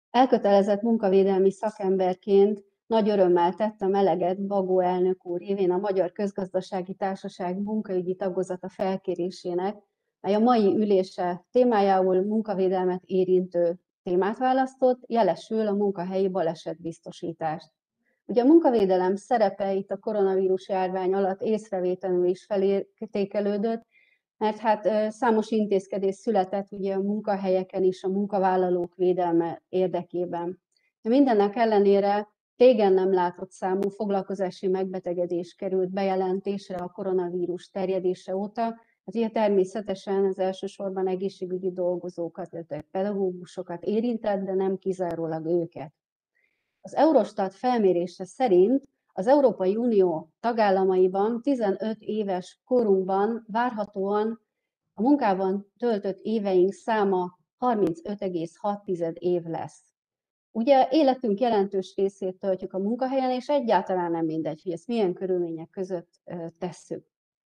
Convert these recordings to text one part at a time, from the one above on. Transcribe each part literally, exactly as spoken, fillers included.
Elkötelezett munkavédelmi szakemberként nagy örömmel tettem eleget Bagó elnök úr révén a Magyar Közgazdasági Társaság munkaügyi tagozata felkérésének, mely a mai ülése témájául munkavédelmet érintő témát választott, jelesül a munkahelyi balesetbiztosítást. Ugye a munkavédelem szerepe itt a koronavírus járvány alatt észrevétlenül is felértékelődött, mert hát számos intézkedés született ugye a munkahelyeken is a munkavállalók védelme érdekében. De mindennek ellenére régen nem látott számú foglalkozási megbetegedés került bejelentésre a koronavírus terjedése óta. Hát ugye természetesen az elsősorban egészségügyi dolgozókat, illetve pedagógusokat érintett, de nem kizárólag őket. Az Eurostat felmérése szerint az Európai Unió tagállamaiban tizenöt éves korunkban várhatóan a munkában töltött éveink száma harmincöt egész hat év lesz. Ugye életünk jelentős részét töltjük a munkahelyen, és egyáltalán nem mindegy, hogy ezt milyen körülmények között tesszük.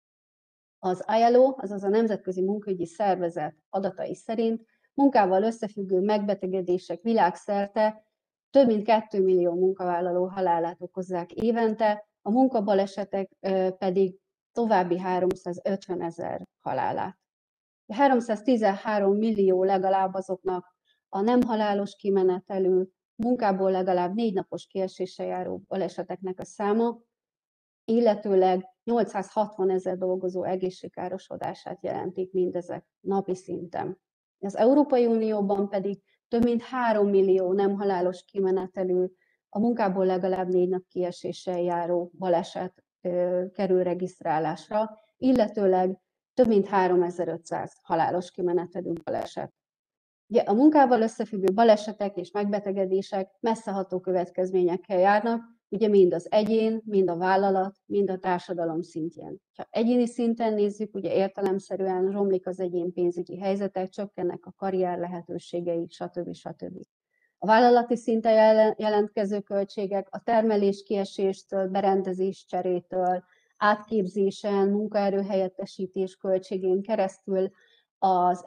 Az i el o, azaz a Nemzetközi Munkaügyi Szervezet adatai szerint munkával összefüggő megbetegedések világszerte több mint két millió munkavállaló halálát okozzák évente, a munkabalesetek pedig további háromszázötven ezer halálát. háromszáztizenhárom millió legalább azoknak a nem halálos kimenetelű, munkából legalább négy napos kieséssel járó baleseteknek a száma, illetőleg nyolcszázhatvan ezer dolgozó egészségkárosodását jelentik mindezek napi szinten. Az Európai Unióban pedig több mint három millió nem halálos kimenetelű, a munkából legalább négy nap kieséssel járó baleset ö, kerül regisztrálásra, illetőleg több mint háromezer-ötszáz halálos kimenetelű baleset. Ugye a munkával összefüggő balesetek és megbetegedések messzeható következményekkel járnak, ugye mind az egyén, mind a vállalat, mind a társadalom szintjén. Ha egyéni szinten nézzük, ugye értelemszerűen romlik az egyén pénzügyi helyzete, csökkennek a karrier lehetőségei, stb. stb. A vállalati szinten jelentkező költségek a termelés kieséstől, berendezés cserétől, átképzésen, munkaerőhelyettesítés költségén keresztül az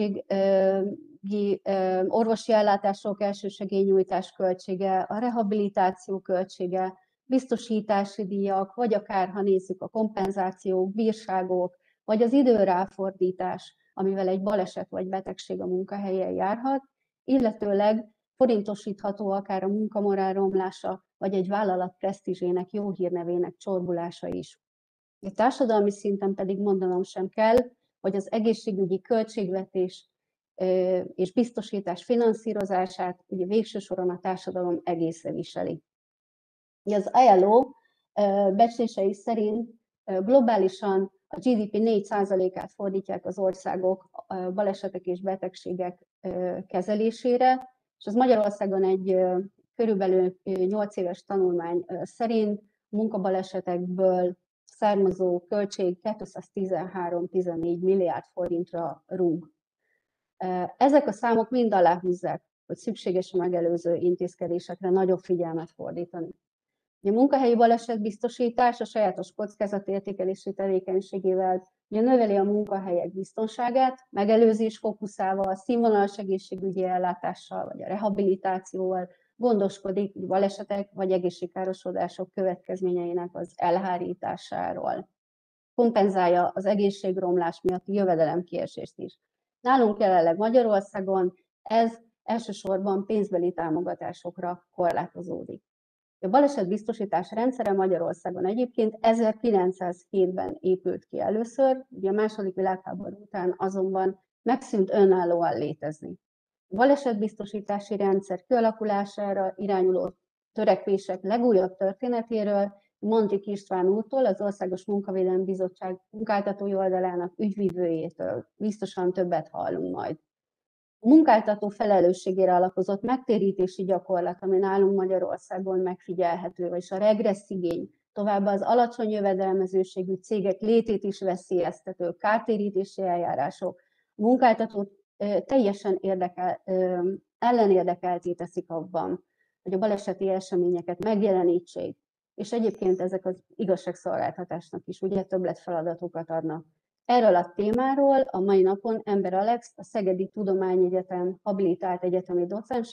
egészségi orvosi ellátások elsősegélynyújtás költsége, a rehabilitáció költsége, biztosítási díjak, vagy akár, ha nézzük, a kompenzációk, bírságok, vagy az időráfordítás, amivel egy baleset vagy betegség a munkahelyen járhat, illetőleg forintosítható akár a munkamorál romlása, vagy egy vállalat presztízsének, jó hírnevének csorbulása is. A társadalmi szinten pedig mondanom sem kell, hogy az egészségügyi költségvetés és biztosítás finanszírozását ugye végső soron a társadalom egésze viseli. Az i el o becslései szerint globálisan a gé dé pé négy százalékát fordítják az országok balesetek és betegségek kezelésére, és az Magyarországon egy körülbelül nyolc éves tanulmány szerint munkabalesetekből származó költség kétszáztizenhárom egész tizennégy milliárd forintra rúg. Ezek a számok mind aláhúzzák, hogy szükséges a megelőző intézkedésekre nagyobb figyelmet fordítani. A munkahelyi balesetbiztosítás a sajátos kockázatértékelési tevékenységével ugye növeli a munkahelyek biztonságát, megelőzés fókuszával, színvonalas egészségügyi ellátással vagy a rehabilitációval gondoskodik balesetek vagy egészségkárosodások következményeinek az elhárításáról. Kompenzálja az egészségromlás miatti jövedelemkiesést is. Nálunk jelenleg Magyarországon ez elsősorban pénzbeli támogatásokra korlátozódik. A balesetbiztosítás rendszere Magyarországon egyébként ezerkilencszázhétben épült ki először, ugye a második világháború után azonban megszűnt önállóan létezni. A balesetbiztosítási rendszer kialakulására irányuló törekvések legújabb történetéről Montik István úrtól, az Országos Munkavédelmi Bizottság munkáltatói oldalának ügyvivőjétől biztosan többet hallunk majd. A munkáltató felelősségére alapozott megtérítési gyakorlat, ami nálunk Magyarországon megfigyelhető, és a regresszigény, továbbá az alacsony jövedelmezőségű cégek létét is veszélyeztető kártérítési eljárások, a munkáltatót teljesen érdekel, ellenérdekelté teszik abban, hogy a baleseti eseményeket megjelenítsék, és egyébként ezek az igazságszolgáltatásnak is ugye többletfeladatokat adnak. Erről a témáról a mai napon Ember Alex, a Szegedi Tudományegyetem habilitált egyetemi docense,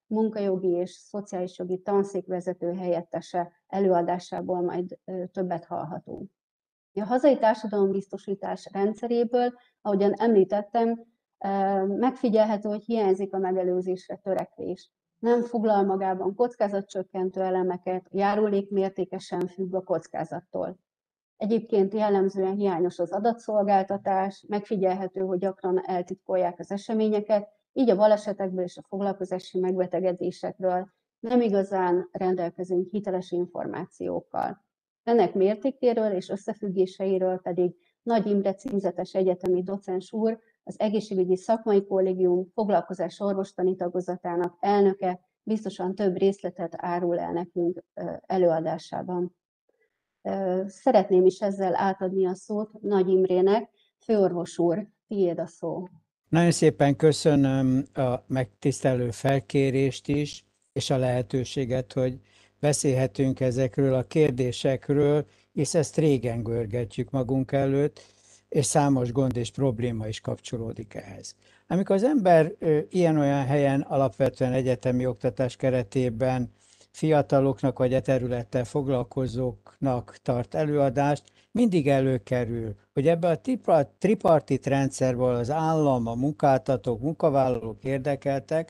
munkajogi és szociális jogi tanszékvezető helyettese előadásából majd többet hallhatunk. A hazai társadalombiztosítás rendszeréből, ahogyan említettem, megfigyelhető, hogy hiányzik a megelőzésre törekvés. Nem foglal magában kockázatcsökkentő elemeket, a járulék mértéke sem függ a kockázattól. Egyébként jellemzően hiányos az adatszolgáltatás, megfigyelhető, hogy gyakran eltitkolják az eseményeket, így a balesetekből és a foglalkozási megbetegedésekről nem igazán rendelkezünk hiteles információkkal. Ennek mértékéről és összefüggéseiről pedig Nagy Imre címzetes egyetemi docens úr, az Egészségügyi Szakmai Kollégium foglalkozás orvostani tagozatának elnöke biztosan több részletet árul el nekünk előadásában. Szeretném is ezzel átadni a szót Nagy Imrének. Főorvos úr, tiéd a szó. Nagyon szépen köszönöm a megtisztelő felkérést is, és a lehetőséget, hogy beszélhetünk ezekről a kérdésekről, és ezt régen görgetjük magunk előtt, és számos gond és probléma is kapcsolódik ehhez. Amikor az ember ilyen-olyan helyen, alapvetően egyetemi oktatás keretében fiataloknak vagy e területtel foglalkozóknak tart előadást, mindig előkerül, hogy ebben a tripartit rendszerből az állam, a munkáltatók, munkavállalók érdekeltek,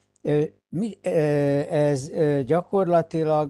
ez gyakorlatilag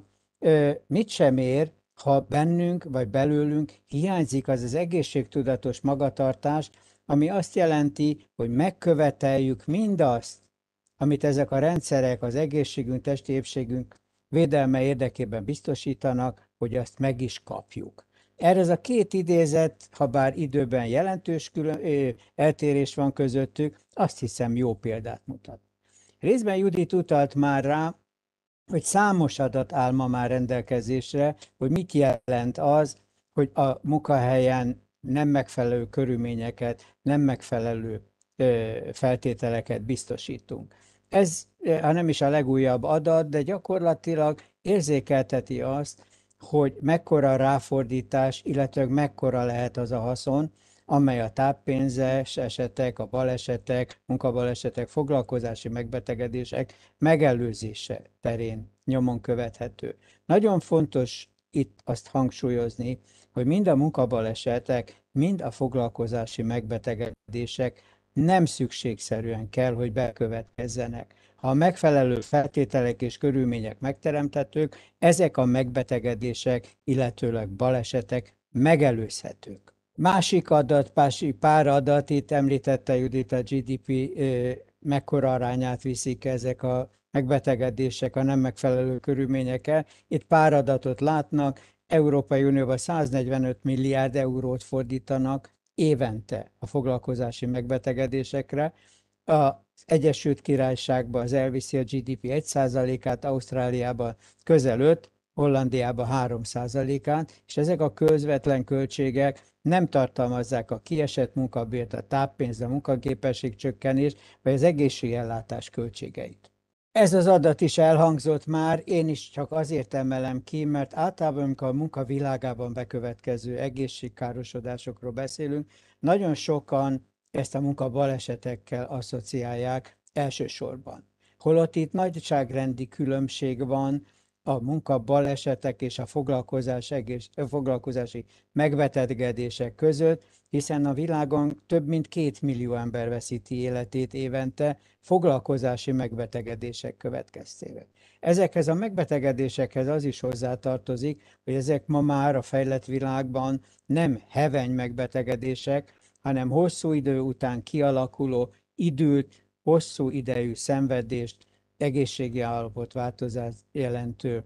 mit sem ér, ha bennünk vagy belőlünk hiányzik az az egészségtudatos magatartás, ami azt jelenti, hogy megköveteljük mindazt, amit ezek a rendszerek az egészségünk, testi épségünk védelme érdekében biztosítanak, hogy azt meg is kapjuk. Erre ez a két idézet, ha bár időben jelentős külön, ö, eltérés van közöttük, azt hiszem jó példát mutat. Részben Judit utalt már rá, hogy számos adat áll ma már rendelkezésre, hogy mit jelent az, hogy a munkahelyen nem megfelelő körülményeket, nem megfelelő ö, feltételeket biztosítunk. Ez, ha nem is a legújabb adat, de gyakorlatilag érzékelteti azt, hogy mekkora a ráfordítás, illetve mekkora lehet az a haszon, amely a táppénzes esetek, a balesetek, munkabalesetek, foglalkozási megbetegedések megelőzése terén nyomon követhető. Nagyon fontos itt azt hangsúlyozni, hogy mind a munkabalesetek, mind a foglalkozási megbetegedések nem szükségszerűen kell, hogy bekövetkezzenek. Ha a megfelelő feltételek és körülmények megteremthetők, ezek a megbetegedések, illetőleg balesetek megelőzhetők. Másik adat, pár adat, itt említette Judit, a gé dé pé mekkora arányát viszik ezek a megbetegedések a nem megfelelő körülményekkel. Itt pár adatot látnak, Európai Unióban száznegyvenöt milliárd eurót fordítanak évente a foglalkozási megbetegedésekre. Az Egyesült Királyságban az elviszi a gé dé pé egy százalékát, Ausztráliában közel öt, Hollandiában három százalékát, és ezek a közvetlen költségek nem tartalmazzák a kiesett munkabért, a táppénzt, a munkaképesség csökkenést, vagy az egészségellátás költségeit. Ez az adat is elhangzott már, én is csak azért emelem ki, mert általában, amikor a munkavilágában bekövetkező egészségkárosodásokról beszélünk, nagyon sokan ezt a munkabalesetekkel asszociálják elsősorban. Holott itt nagyságrendi különbség van a munkabalesetek és a foglalkozás egész, a foglalkozási megbetegedések között, hiszen a világon több mint két millió ember veszíti életét évente foglalkozási megbetegedések következtében. Ezekhez a megbetegedésekhez az is hozzátartozik, hogy ezek ma már a fejlett világban nem heveny megbetegedések, hanem hosszú idő után kialakuló, időt, hosszú idejű szenvedést, egészségi állapotváltozást jelentő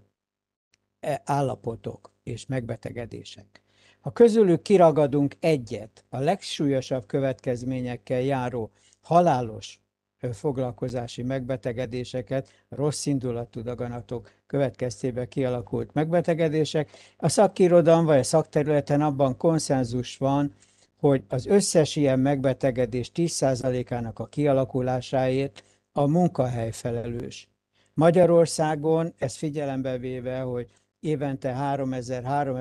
állapotok és megbetegedések. Ha közülük kiragadunk egyet, a legsúlyosabb következményekkel járó halálos foglalkozási megbetegedéseket, rossz indulatú daganatok következtében kialakult megbetegedések, a szakirodalom vagy a szakterületen abban konszenzus van, hogy az összes ilyen megbetegedés tíz százalékának a kialakulásáért a munkahely felelős. Magyarországon ez figyelembe véve, hogy évente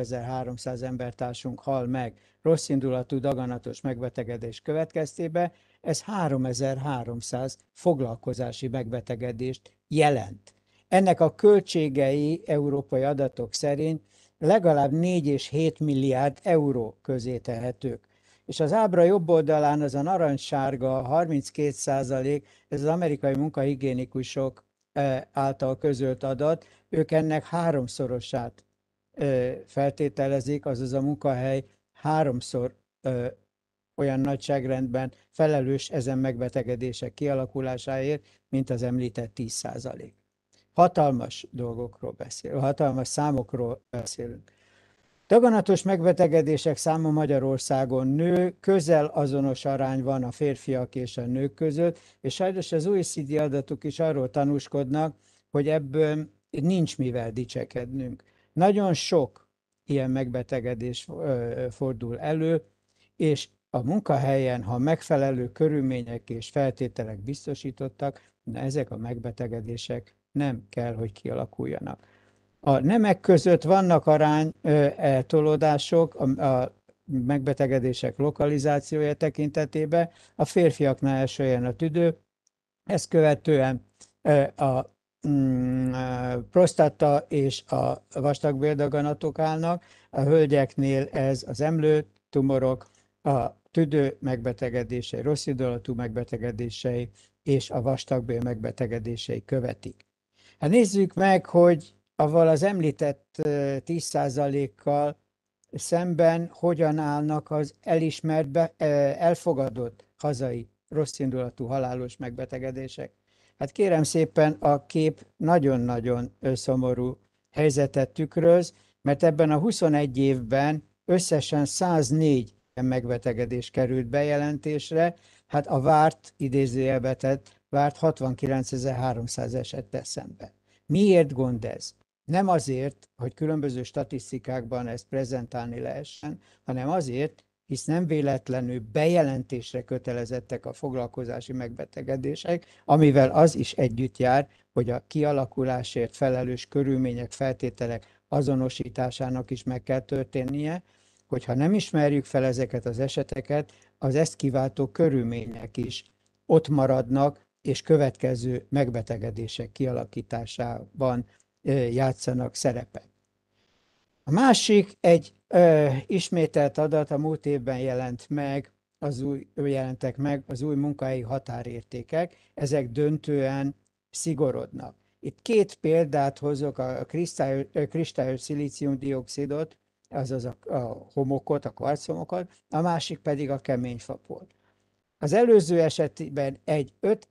háromezer-háromezer-háromszáz embertársunk hal meg rosszindulatú daganatos megbetegedés következtében, ez háromezer-háromszáz foglalkozási megbetegedést jelent. Ennek a költségei európai adatok szerint legalább négy és hét milliárd euró közé tehetők. És az ábra jobb oldalán az a narancssárga harminckét százalék, ez az amerikai munkahigiénikusok által közölt adat, ők ennek háromszorosát feltételezik, azaz a munkahely háromszor olyan nagyságrendben felelős ezen megbetegedések kialakulásáért, mint az említett tíz százalék. Hatalmas dolgokról beszélünk, hatalmas számokról beszélünk. Daganatos megbetegedések száma Magyarországon nő, közel azonos arány van a férfiak és a nők között, és sajnos az o e cé dé adatok is arról tanúskodnak, hogy ebből nincs mivel dicsekednünk. Nagyon sok ilyen megbetegedés fordul elő, és a munkahelyen, ha megfelelő körülmények és feltételek biztosítottak, de ezek a megbetegedések nem kell, hogy kialakuljanak. A nemek között vannak arány eltolódások a, a megbetegedések lokalizációja tekintetében. A férfiaknál első helyen a tüdő, ezt követően a mm, prostata és a vastagbéldaganatok állnak, a hölgyeknél ez az emlőtumorok, a tüdő megbetegedései, rossz indulatú megbetegedései és a vastagbél megbetegedései követik. Hát nézzük meg, hogy avval az említett tíz százalékkal szemben hogyan állnak az elismert, be, elfogadott hazai rosszindulatú halálos megbetegedések. Hát kérem szépen, a kép nagyon-nagyon szomorú helyzetet tükröz, mert ebben a huszonegy évben összesen száznégy megbetegedés került bejelentésre, hát a várt, idézőjelbe tett, várt hatvankilencezer-háromszáz esettel szemben. Miért gond ez? Nem azért, hogy különböző statisztikákban ezt prezentálni lehessen, hanem azért, hisz nem véletlenül bejelentésre kötelezettek a foglalkozási megbetegedések, amivel az is együtt jár, hogy a kialakulásért felelős körülmények, feltételek azonosításának is meg kell történnie, hogyha nem ismerjük fel ezeket az eseteket, az ezt kiváltó körülmények is ott maradnak, és következő megbetegedések kialakításában játszanak szerepet. A másik egy ö, ismételt adat, a múlt évben jelent meg, az új, jelentek meg az új munkahelyi határértékek, ezek döntően szigorodnak. Itt két példát hozok, a kristályos szilícium-dioxidot, azaz a, a homokot, a kvarchomokat, a másik pedig a keményfaport. Az előző esetben egy öt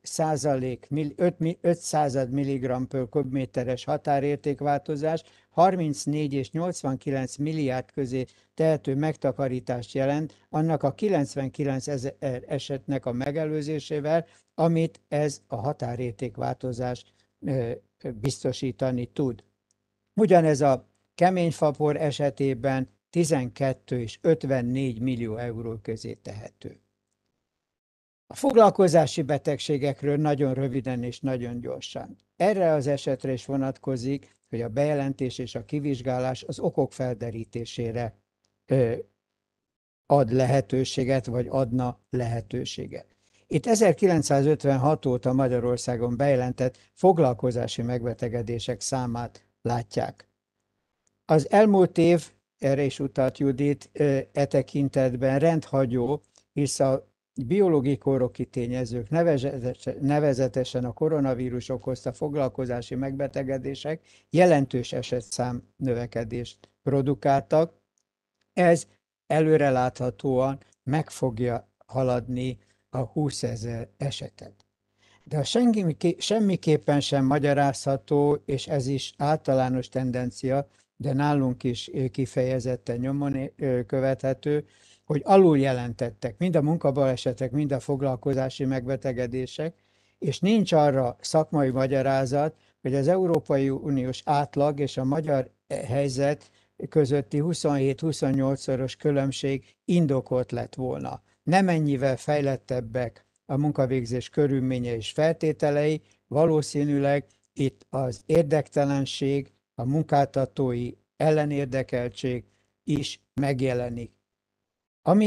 század milligramm per köbméteres határértékváltozás harmincnégy és nyolcvankilenc milliárd közé tehető megtakarítást jelent annak a kilencvenkilenc ezer esetnek a megelőzésével, amit ez a határértékváltozás biztosítani tud. Ugyanez a keményfapor esetében tizenkét és ötvennégy millió euró közé tehető. A foglalkozási betegségekről nagyon röviden és nagyon gyorsan. Erre az esetre is vonatkozik, hogy a bejelentés és a kivizsgálás az okok felderítésére ö, ad lehetőséget, vagy adna lehetőséget. Itt ezerkilencszázötvenhat óta Magyarországon bejelentett foglalkozási megbetegedések számát látják. Az elmúlt év, erre is utalt Judit, e tekintetben rendhagyó, hisz a biológiai kóroki tényezők, nevezetesen a koronavírus okozta foglalkozási megbetegedések jelentős esetszám növekedést produkáltak. Ez előreláthatóan meg fogja haladni a húszezer esetet. De a semmiképpen sem magyarázható, és ez is általános tendencia, de nálunk is kifejezetten nyomon követhető, hogy alul jelentettek mind a munkabalesetek, mind a foglalkozási megbetegedések, és nincs arra szakmai magyarázat, hogy az Európai Uniós átlag és a magyar helyzet közötti huszonhét-huszonnyolc-szoros különbség indokolt lett volna. Nem ennyivel fejlettebbek a munkavégzés körülményei és feltételei, valószínűleg itt az érdektelenség, a munkáltatói ellenérdekeltség is megjelenik. Ami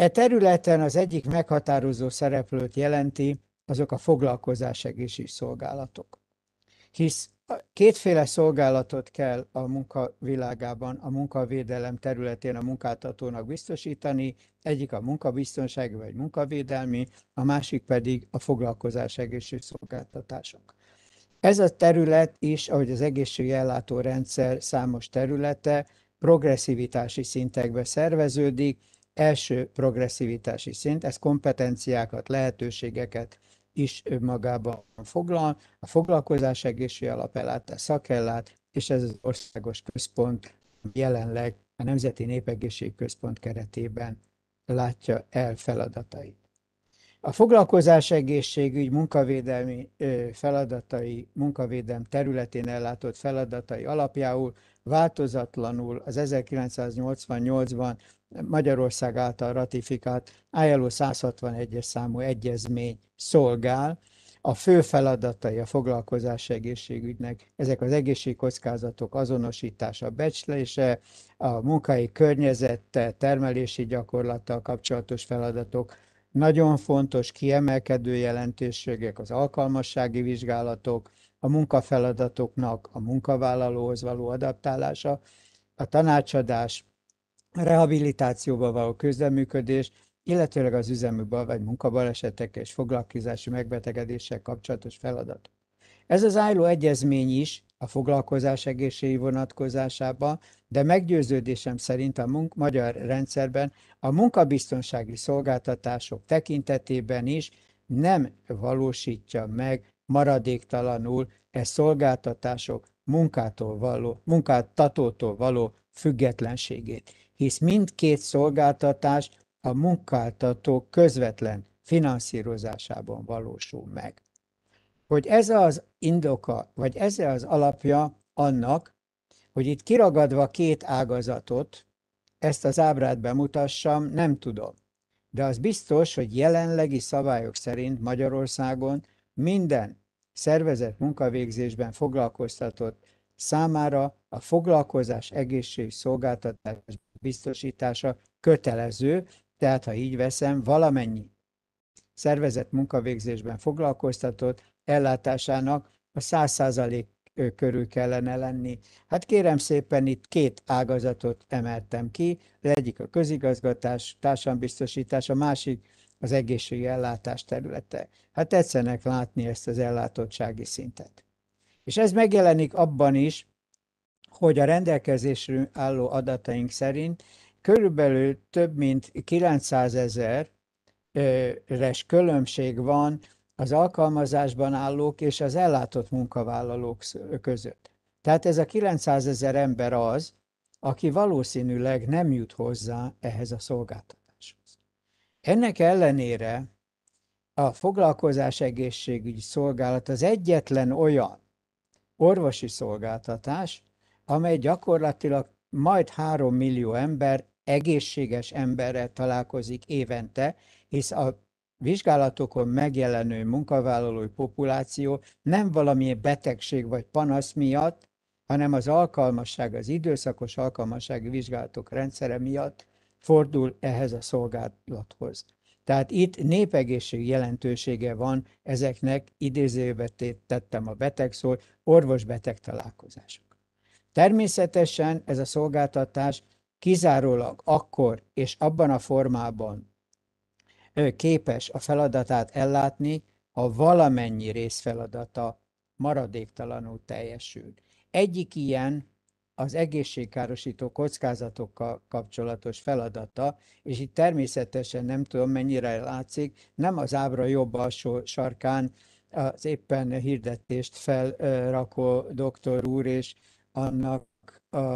E területen az egyik meghatározó szereplőt jelenti azok a foglalkozásegészségügyi szolgálatok. Hisz kétféle szolgálatot kell a munkavilágában, a munkavédelem területén a munkáltatónak biztosítani, egyik a munkabiztonsági vagy munkavédelmi, a másik pedig a foglalkozásegészségügyi szolgáltatások. Ez a terület is, ahogy az egészségügyi ellátórendszer számos területe, progresszivitási szintekbe szerveződik. Első progresszivitási szint, ez kompetenciákat, lehetőségeket is magában foglal, a foglalkozás egészségügyi alapellátás, szakellát, és ez az országos központ jelenleg a Nemzeti Népegészségügyi Központ keretében látja el feladatait. A foglalkozás egészségügy munkavédelmi feladatai, munkavédelem területén ellátott feladatai alapjául változatlanul az ezerkilencszáznyolcvannyolcban Magyarország által ratifikált I L O száz hatvanegyes számú egyezmény szolgál. A fő feladatai a foglalkozás egészségügynek ezek az egészségkockázatok azonosítása, becslése, a munkai környezettel, termelési gyakorlattal kapcsolatos feladatok, nagyon fontos, kiemelkedő jelentőségek az alkalmassági vizsgálatok, a munkafeladatoknak a munkavállalóhoz való adaptálása, a tanácsadás, a rehabilitációval való közreműködés, illetőleg az üzemi bal- vagy munkabalesetekkel és foglalkozási megbetegedéssel kapcsolatos feladatok. Ez az I L O egyezmény is a foglalkozás egészségügyi vonatkozásában, de meggyőződésem szerint a munk- magyar rendszerben a munkabiztonsági szolgáltatások tekintetében is nem valósítja meg maradéktalanul e szolgáltatások munkától való, munkáltatótól való függetlenségét, hisz mindkét szolgáltatás a munkáltató közvetlen finanszírozásában valósul meg. Hogy ez az indoka, vagy ez az alapja annak, hogy itt kiragadva két ágazatot, ezt az ábrát bemutassam, nem tudom. De az biztos, hogy jelenlegi szabályok szerint Magyarországon minden szervezett munkavégzésben foglalkoztatott számára a foglalkozás egészségügyi szolgáltatás biztosítása kötelező, tehát ha így veszem, valamennyi szervezett munkavégzésben foglalkoztatott ellátásának a száz százalék körül kellene lenni. Hát kérem szépen, itt két ágazatot emeltem ki, az egyik a közigazgatás, társadalombiztosítás, a másik az egészségügyi ellátás területe. Hát tetszenek látni ezt az ellátottsági szintet. És ez megjelenik abban is, hogy a rendelkezésre álló adataink szerint körülbelül több mint kilencszázezer res különbség van az alkalmazásban állók és az ellátott munkavállalók között. Tehát ez a kilencszázezer ember az, aki valószínűleg nem jut hozzá ehhez a szolgáltatáshoz. Ennek ellenére a foglalkozás egészségügyi szolgálat az egyetlen olyan orvosi szolgáltatás, amely gyakorlatilag majd három millió ember, egészséges emberrel találkozik évente, hisz a vizsgálatokon megjelenő munkavállalói populáció nem valamilyen betegség vagy panasz miatt, hanem az alkalmasság, az időszakos alkalmassági vizsgálatok rendszere miatt fordul ehhez a szolgálathoz. Tehát itt népegészség jelentősége van ezeknek, idézőbe tettem a betegszót, orvos-beteg találkozások. Természetesen ez a szolgáltatás kizárólag akkor és abban a formában képes a feladatát ellátni, ha valamennyi részfeladata maradéktalanul teljesül. Egyik ilyen az egészségkárosító kockázatokkal kapcsolatos feladata, és itt természetesen nem tudom mennyire látszik, nem az ábra jobb alsó sarkán az éppen hirdetést felrakó doktor úr és annak a,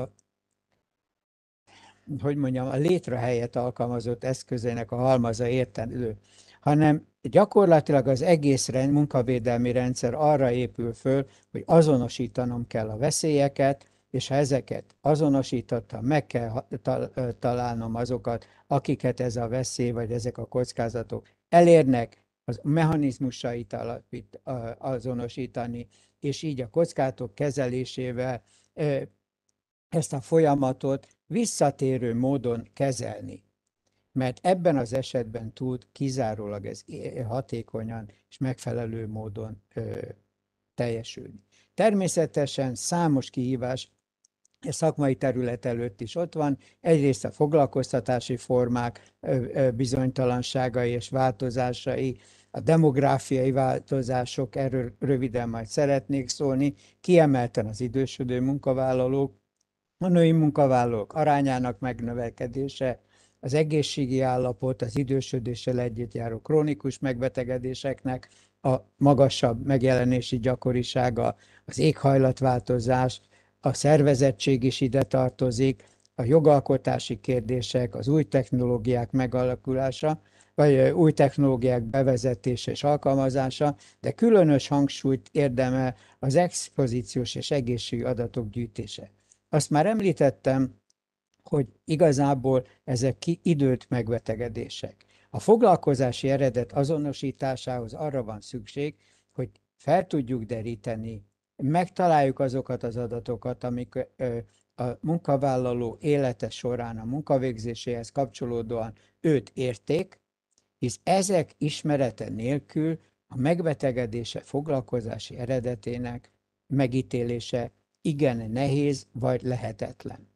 hogy mondjam, a létrehelyet alkalmazott eszközének a halmaza értelő, hanem gyakorlatilag az egész rend, munkavédelmi rendszer arra épül föl, hogy azonosítanom kell a veszélyeket, és ha ezeket azonosítottam, meg kell találnom azokat, akiket ez a veszély, vagy ezek a kockázatok elérnek, az mechanizmusait alapít, azonosítani, és így a kockázatok kezelésével ezt a folyamatot visszatérő módon kezelni. mert ebben az esetben tud kizárólag ez hatékonyan és megfelelő módon ö, teljesülni. Természetesen számos kihívás a szakmai terület előtt is ott van. Egyrészt a foglalkoztatási formák bizonytalanságai és változásai, a demográfiai változások, erről röviden majd szeretnék szólni, kiemelten az idősödő munkavállalók, a női munkavállalók arányának megnövekedése, az egészségi állapot, az idősödéssel együtt járó krónikus megbetegedéseknek a magasabb megjelenési gyakorisága, az éghajlatváltozás, a szervezettség is ide tartozik, a jogalkotási kérdések, az új technológiák megalakulása, vagy új technológiák bevezetése és alkalmazása, de különös hangsúlyt érdemel az expozíciós és egészségügyi adatok gyűjtése. Azt már említettem, hogy igazából ezek ki időt megbetegedések. A foglalkozási eredet azonosításához arra van szükség, hogy fel tudjuk deríteni, megtaláljuk azokat az adatokat, amik a munkavállaló élete során a munkavégzéséhez kapcsolódóan őt érték, hisz ezek ismerete nélkül a megbetegedése foglalkozási eredetének megítélése igen nehéz vagy lehetetlen.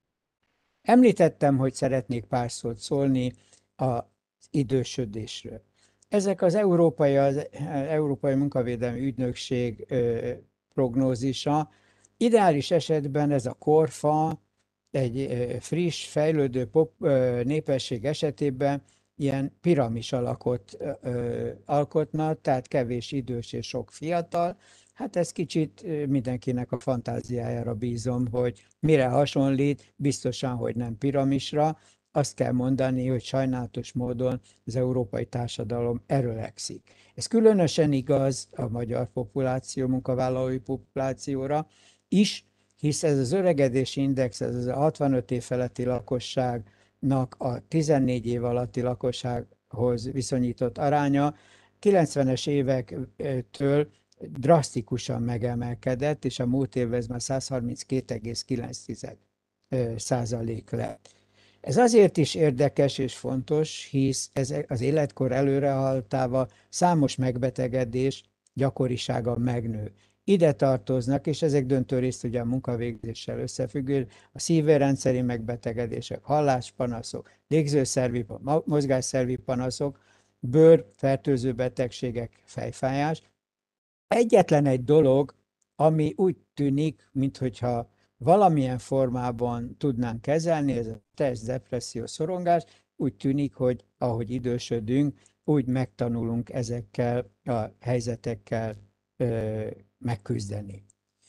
Említettem, hogy szeretnék pár szót szólni az idősödésről. Ezek az Európai, az Európai Munkavédelmi Ügynökség ö, prognózisa. Ideális esetben ez a korfa egy ö, friss, fejlődő pop, ö, népesség esetében ilyen piramis alakot ö, alkotna, tehát kevés idős és sok fiatal. Hát ez kicsit mindenkinek a fantáziájára bízom, hogy mire hasonlít, biztosan, hogy nem piramisra. Azt kell mondani, hogy sajnálatos módon az európai társadalom erőlegszik. Ez különösen igaz a magyar populáció, munkavállalói populációra is, hisz ez az öregedési index, ez az a hatvanöt év feletti lakosságnak a tizennégy év alatti lakossághoz viszonyított aránya kilencvenes évektől drasztikusan megemelkedett, és a múlt évben ez már száz harminckét egész kilenc százalék lett. Ez azért is érdekes és fontos, hisz ez az életkor előrehaladtával számos megbetegedés gyakorisága megnő. Ide tartoznak, és ezek döntő részt ugye a munkavégzéssel összefüggő, a szívérendszeri megbetegedések, halláspanaszok, légzőszervi, mozgásszervi panaszok, bőr, fertőző betegségek, fejfájás. Egyetlen egy dolog, ami úgy tűnik, minthogyha valamilyen formában tudnánk kezelni, ez a stressz, depresszió, szorongás, úgy tűnik, hogy ahogy idősödünk, úgy megtanulunk ezekkel a helyzetekkel ö, megküzdeni.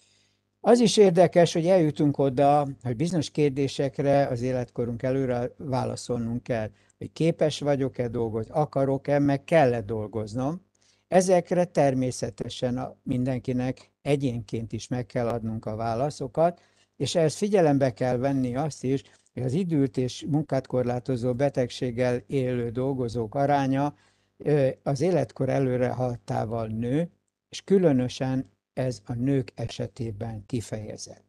Az is érdekes, hogy eljutunk oda, hogy bizonyos kérdésekre az életkorunk előre válaszolnunk kell, hogy képes vagyok-e dolgozni, akarok-e, meg kell-e dolgoznom. Ezekre természetesen mindenkinek egyénként is meg kell adnunk a válaszokat, és ehhez figyelembe kell venni azt is, hogy az időt és munkát korlátozó betegséggel élő dolgozók aránya az életkor előrehaladtával nő, és különösen ez a nők esetében kifejezett.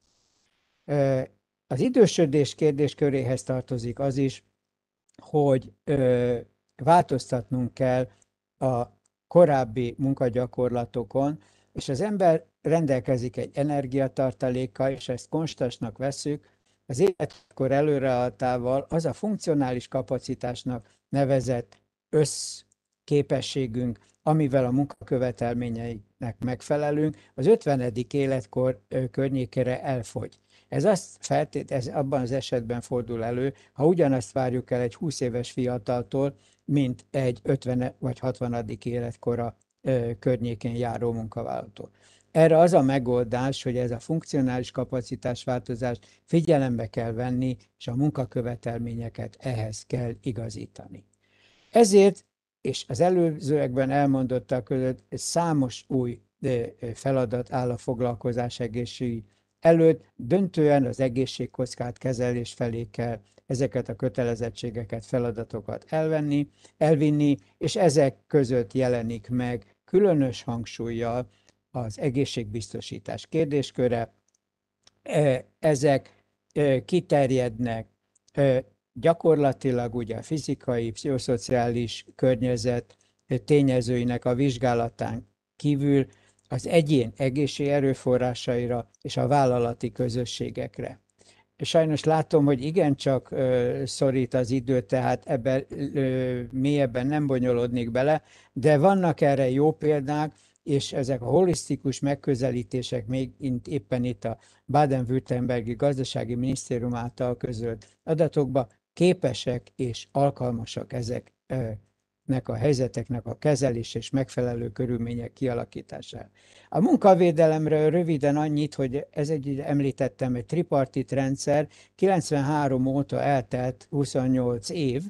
Az idősödés kérdésköréhez tartozik az is, hogy változtatnunk kell a korábbi munkagyakorlatokon, és az ember rendelkezik egy energiatartalékkal, és ezt konstansnak vesszük, az életkor előrehaladtával az a funkcionális kapacitásnak nevezett összképességünk, amivel a munkakövetelményeinek megfelelünk, az ötvenedik életkor környékére elfogy. Ez azt feltét, ez abban az esetben fordul elő, ha ugyanazt várjuk el egy húsz éves fiataltól, mint egy ötven vagy hatvanadik életkora ö, környékén járó munkavállalótól. Erre az a megoldás, hogy ez a funkcionális kapacitásváltozást figyelembe kell venni, és a munkakövetelményeket ehhez kell igazítani. Ezért, és az előzőekben elmondottak között számos új feladat áll a foglalkozás egészségügy előtt, döntően az egészségkockázat kezelés felé kell ezeket a kötelezettségeket, feladatokat elvenni, elvinni, és ezek között jelenik meg különös hangsúllyal az egészségbiztosítás kérdésköre. Ezek kiterjednek gyakorlatilag ugye a fizikai, pszichoszociális környezet tényezőinek a vizsgálatán kívül az egyén egészség erőforrásaira és a vállalati közösségekre. Sajnos látom, hogy igencsak ö, szorít az idő, tehát ebben ö, mélyebben nem bonyolódnék bele, de vannak erre jó példák, és ezek a holisztikus megközelítések még éppen itt a Baden-Württembergi Gazdasági Minisztérium által közölt adatokba képesek és alkalmasak ezeknek a helyzeteknek a kezelés és megfelelő körülmények kialakítására. A munkavédelemről röviden annyit, hogy ez egy, említettem, egy tripartit rendszer, kilencvenhárom óta eltelt huszonnyolc év,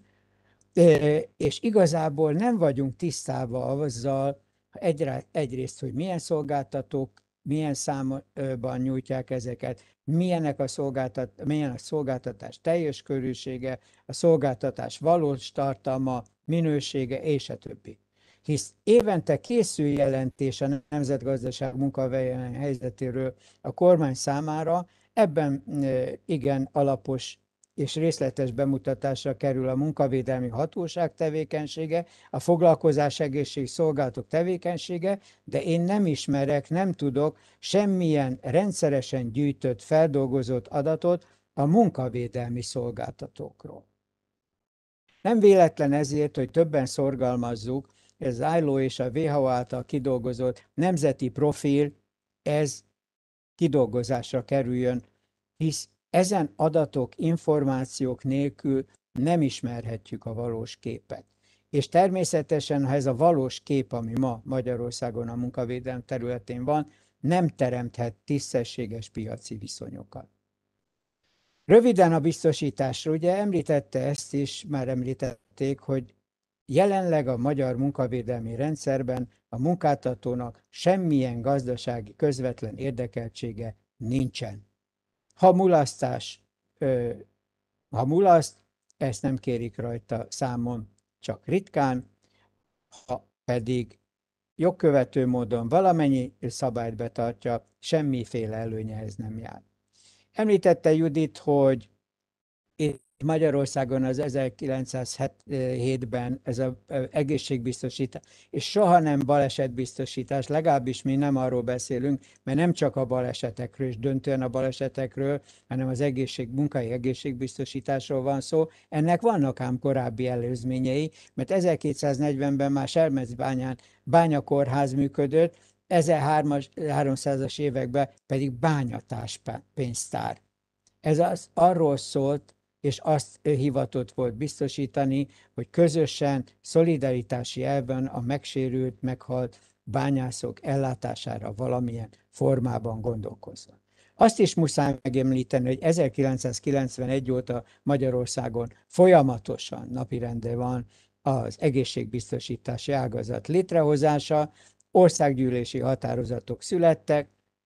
és igazából nem vagyunk tisztában azzal, egyre, egyrészt, hogy milyen szolgáltatók, milyen számban nyújtják ezeket, milyenek a szolgáltat, milyen a szolgáltatás teljes körűsége, a szolgáltatás valós tartalma, minősége, és a többi. Hisz évente készül jelentés a nemzetgazdaság munkavállalói helyzetéről a kormány számára, ebben igen alapos és részletes bemutatásra kerül a munkavédelmi hatóság tevékenysége, a foglalkozás egészség szolgálatok tevékenysége, de én nem ismerek, nem tudok semmilyen rendszeresen gyűjtött, feldolgozott adatot a munkavédelmi szolgáltatókról. Nem véletlen ezért, hogy többen szorgalmazzuk, ez az i el o és a vé há o által kidolgozott nemzeti profil, ez kidolgozásra kerüljön, hisz ezen adatok, információk nélkül nem ismerhetjük a valós képet. És természetesen, ha ez a valós kép, ami ma Magyarországon a munkavédelem területén van, nem teremthet tisztességes piaci viszonyokat. Röviden a biztosításra, ugye említette ezt is, már említették, hogy jelenleg a magyar munkavédelmi rendszerben a munkáltatónak semmilyen gazdasági közvetlen érdekeltsége nincsen. Ha mulasztás, ha mulaszt, ezt nem kérik rajta számon, csak ritkán, ha pedig jogkövető módon valamennyi szabályt betartja, semmiféle előnye ez nem jár. Említette Judit, hogy itt Magyarországon az ezerkilencszázhétben ez az egészségbiztosítás, és soha nem balesetbiztosítás, legalábbis mi nem arról beszélünk, mert nem csak a balesetekről, és döntően a balesetekről, hanem az egészség, munkai egészségbiztosításról van szó. Ennek vannak ám korábbi előzményei, mert ezerkétszáznegyvenben már Selmecbányán bányakorház működött, ezerháromszázas években pedig bányatáspénztár. Ez az, arról szólt, és azt hivatott volt biztosítani, hogy közösen, szolidaritási elven a megsérült, meghalt bányászok ellátására valamilyen formában gondolkozzon. Azt is muszáj megemlíteni, hogy ezerkilencszázkilencvenegy óta Magyarországon folyamatosan napirenden van az egészségbiztosítási ágazat létrehozása, országgyűlési határozatok születtek,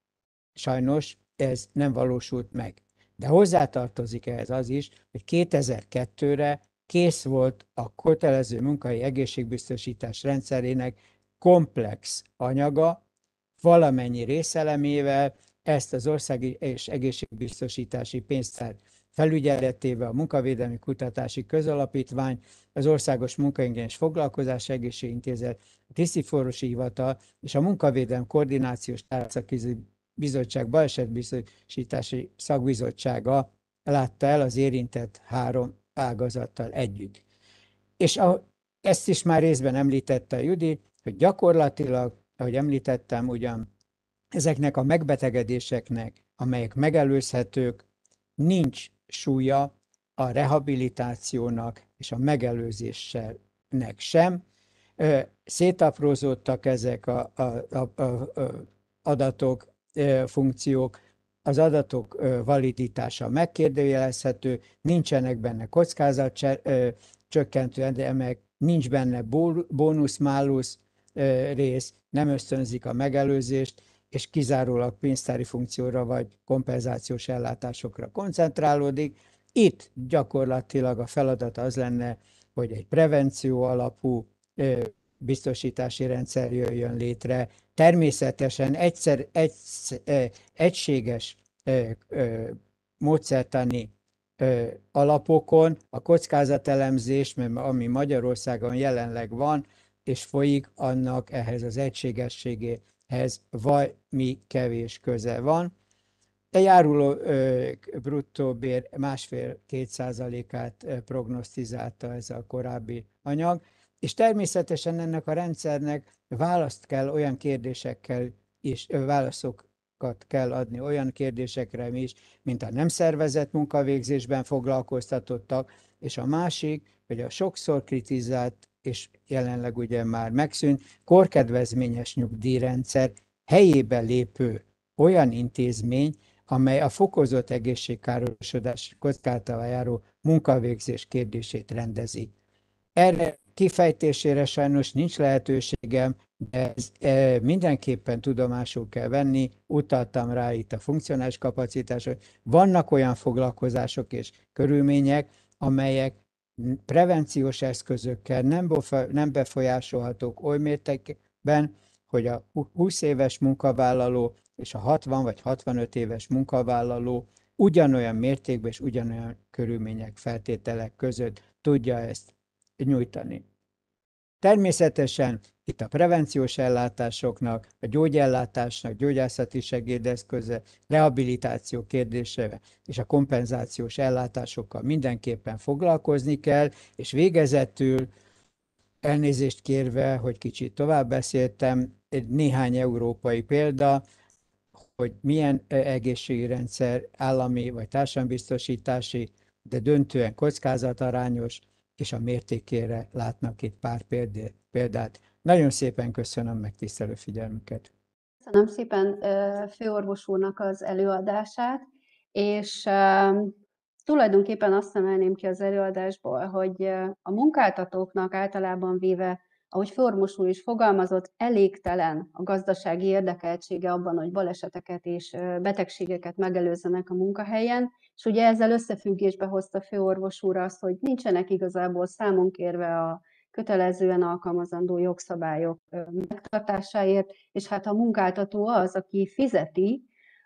sajnos ez nem valósult meg. De hozzátartozik ehhez az is, hogy kétezer-kettőre kész volt a kötelező munkai egészségbiztosítás rendszerének komplex anyaga, valamennyi részelemével, ezt az Országi és Egészségbiztosítási Pénztár felügyeletével a Munkavédelmi Kutatási Közalapítvány, az Országos Munkaingyenes Foglalkozás Egészségintézet, a Tisztiforosi Hivatal és a Munkavédelem Koordinációs Tárcaközi Bizottság balesetbiztosítási szakbizottsága látta el az érintett három ágazattal együtt. És a, ezt is már részben említette Judit, hogy gyakorlatilag, ahogy említettem, ugyan ezeknek a megbetegedéseknek, amelyek megelőzhetők, nincs súlya a rehabilitációnak és a megelőzésnek sem. Szétaprózódtak ezek a, a, a, a adatok, funkciók, az adatok validitása megkérdőjelezhető, nincsenek benne kockázatcsökkentő elemek, nincs benne bónusz-málusz rész, nem ösztönzik a megelőzést, és kizárólag pénztári funkcióra vagy kompenzációs ellátásokra koncentrálódik. Itt gyakorlatilag a feladat az lenne, hogy egy prevenció alapú biztosítási rendszer jöjjön létre, természetesen egyszer, egy, egységes módszertani ö, alapokon a kockázatelemzés, mert ami Magyarországon jelenleg van, és folyik, annak ehhez az egységességéhez vagy mi kevés köze van. A járuló ö, bruttó bér másfél-két százalékát prognosztizálta ez a korábbi anyag, és természetesen ennek a rendszernek választ kell olyan kérdésekkel is, ö, válaszokat kell adni olyan kérdésekre is, mint a nem szervezett munkavégzésben foglalkoztatottak, és a másik, hogy a sokszor kritizált, és jelenleg ugye már megszűnt, korkedvezményes nyugdíjrendszer helyébe lépő olyan intézmény, amely a fokozott egészségkárosodás kockázatával járó munkavégzés kérdését rendezi. Erre kifejtésére sajnos nincs lehetőségem, de ez e, mindenképpen tudomásul kell venni, utaltam rá itt a funkcionális kapacitások. Vannak olyan foglalkozások és körülmények, amelyek prevenciós eszközökkel nem, nem befolyásolhatók oly mértékben, hogy a húsz éves munkavállaló és a hatvan vagy hatvanöt éves munkavállaló ugyanolyan mértékben és ugyanolyan körülmények, feltételek között tudja ezt nyújtani. Természetesen itt a prevenciós ellátásoknak, a gyógyellátásnak, gyógyászati segédeszköze, rehabilitáció kérdésével és a kompenzációs ellátásokkal mindenképpen foglalkozni kell, és végezetül elnézést kérve, hogy kicsit tovább beszéltem, egy néhány európai példa, hogy milyen egészségügyi rendszer, állami vagy társadalombiztosítási, de döntően kockázatarányos, és a mértékére látnak itt pár példát. Nagyon szépen köszönöm megtisztelő figyelmüket. Köszönöm szépen főorvos úrnak az előadását, és tulajdonképpen azt emelném ki az előadásból, hogy a munkáltatóknak általában véve, ahogy főorvos úr is fogalmazott, elégtelen a gazdasági érdekeltsége abban, hogy baleseteket és betegségeket megelőzzenek a munkahelyen, és ugye ezzel összefüggésbe hozta főorvos úr azt, hogy nincsenek igazából számon kérve a kötelezően alkalmazandó jogszabályok megtartásáért, és hát a munkáltató az, aki fizeti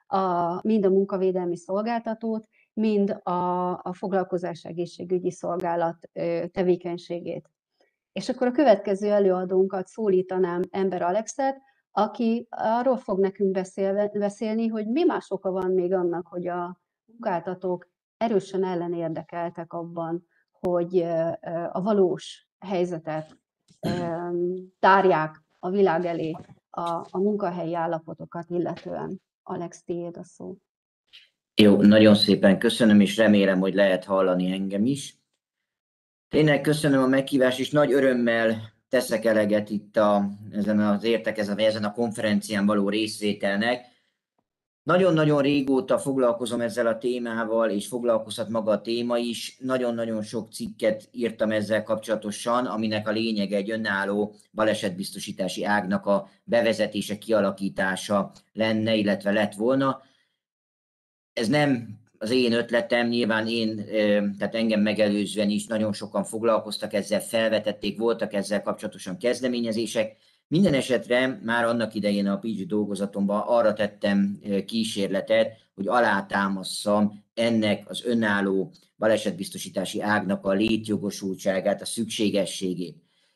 a, mind a munkavédelmi szolgáltatót, mind a, a foglalkozás egészségügyi szolgálat tevékenységét. És akkor a következő előadónkat szólítanám Ember Alexet, aki arról fog nekünk beszél, beszélni, hogy mi más oka van még annak, hogy a munkáltatók erősen ellenérdekeltek abban, hogy a valós helyzetet tárják a világ elé a, a munkahelyi állapotokat illetően. Alex, tiéd a szó. Jó, nagyon szépen köszönöm, és remélem, hogy lehet hallani engem is. Tényleg köszönöm a meghívást, és nagy örömmel teszek eleget itt a, ezen az értekezeten, ezen a konferencián való részvételnek. Nagyon-nagyon régóta foglalkozom ezzel a témával, és foglalkozhat maga a téma is. Nagyon-nagyon sok cikket írtam ezzel kapcsolatosan, aminek a lényege egy önálló balesetbiztosítási ágnak a bevezetése, kialakítása lenne, illetve lett volna. Ez nem az én ötletem, nyilván én, tehát engem megelőzően is nagyon sokan foglalkoztak ezzel, felvetették, voltak ezzel kapcsolatosan kezdeményezések. Minden esetre már annak idején a pé há dé dolgozatomban arra tettem kísérletet, hogy alátámasszam ennek az önálló balesetbiztosítási ágnak a létjogosultságát, a szükségességét.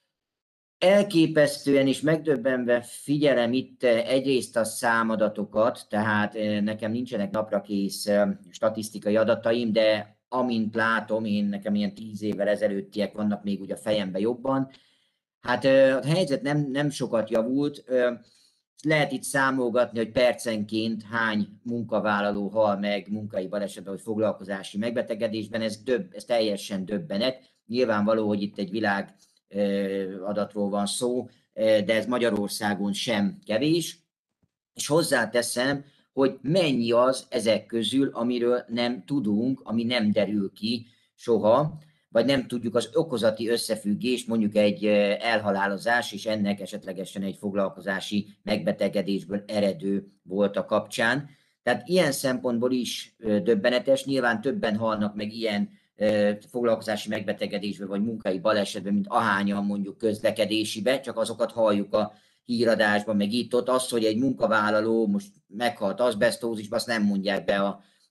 Elképesztően és megdöbbenve figyelem itt egyrészt a számadatokat, tehát nekem nincsenek naprakész statisztikai adataim, de amint látom, én nekem ilyen tíz évvel ezelőttiek vannak még ugye a fejembe jobban. Hát a helyzet nem, nem sokat javult, lehet itt számolgatni, hogy percenként hány munkavállaló hal meg munkai balesetben vagy foglalkozási megbetegedésben, ez, döbb, ez teljesen döbbenet. Nyilvánvaló, hogy itt egy világ adatról van szó, de ez Magyarországon sem kevés, és hozzáteszem, hogy mennyi az ezek közül, amiről nem tudunk, ami nem derül ki soha, vagy nem tudjuk az okozati összefüggést, mondjuk egy elhalálozás, és ennek esetlegesen egy foglalkozási megbetegedésből eredő volt a kapcsán. Tehát ilyen szempontból is döbbenetes, nyilván többen halnak meg ilyen foglalkozási megbetegedésben, vagy munkai balesetben, mint ahányan mondjuk közlekedésibe, csak azokat halljuk a híradásban, meg itt ott. Az, hogy egy munkavállaló most meghalt azbesztózisban, azt nem mondják be a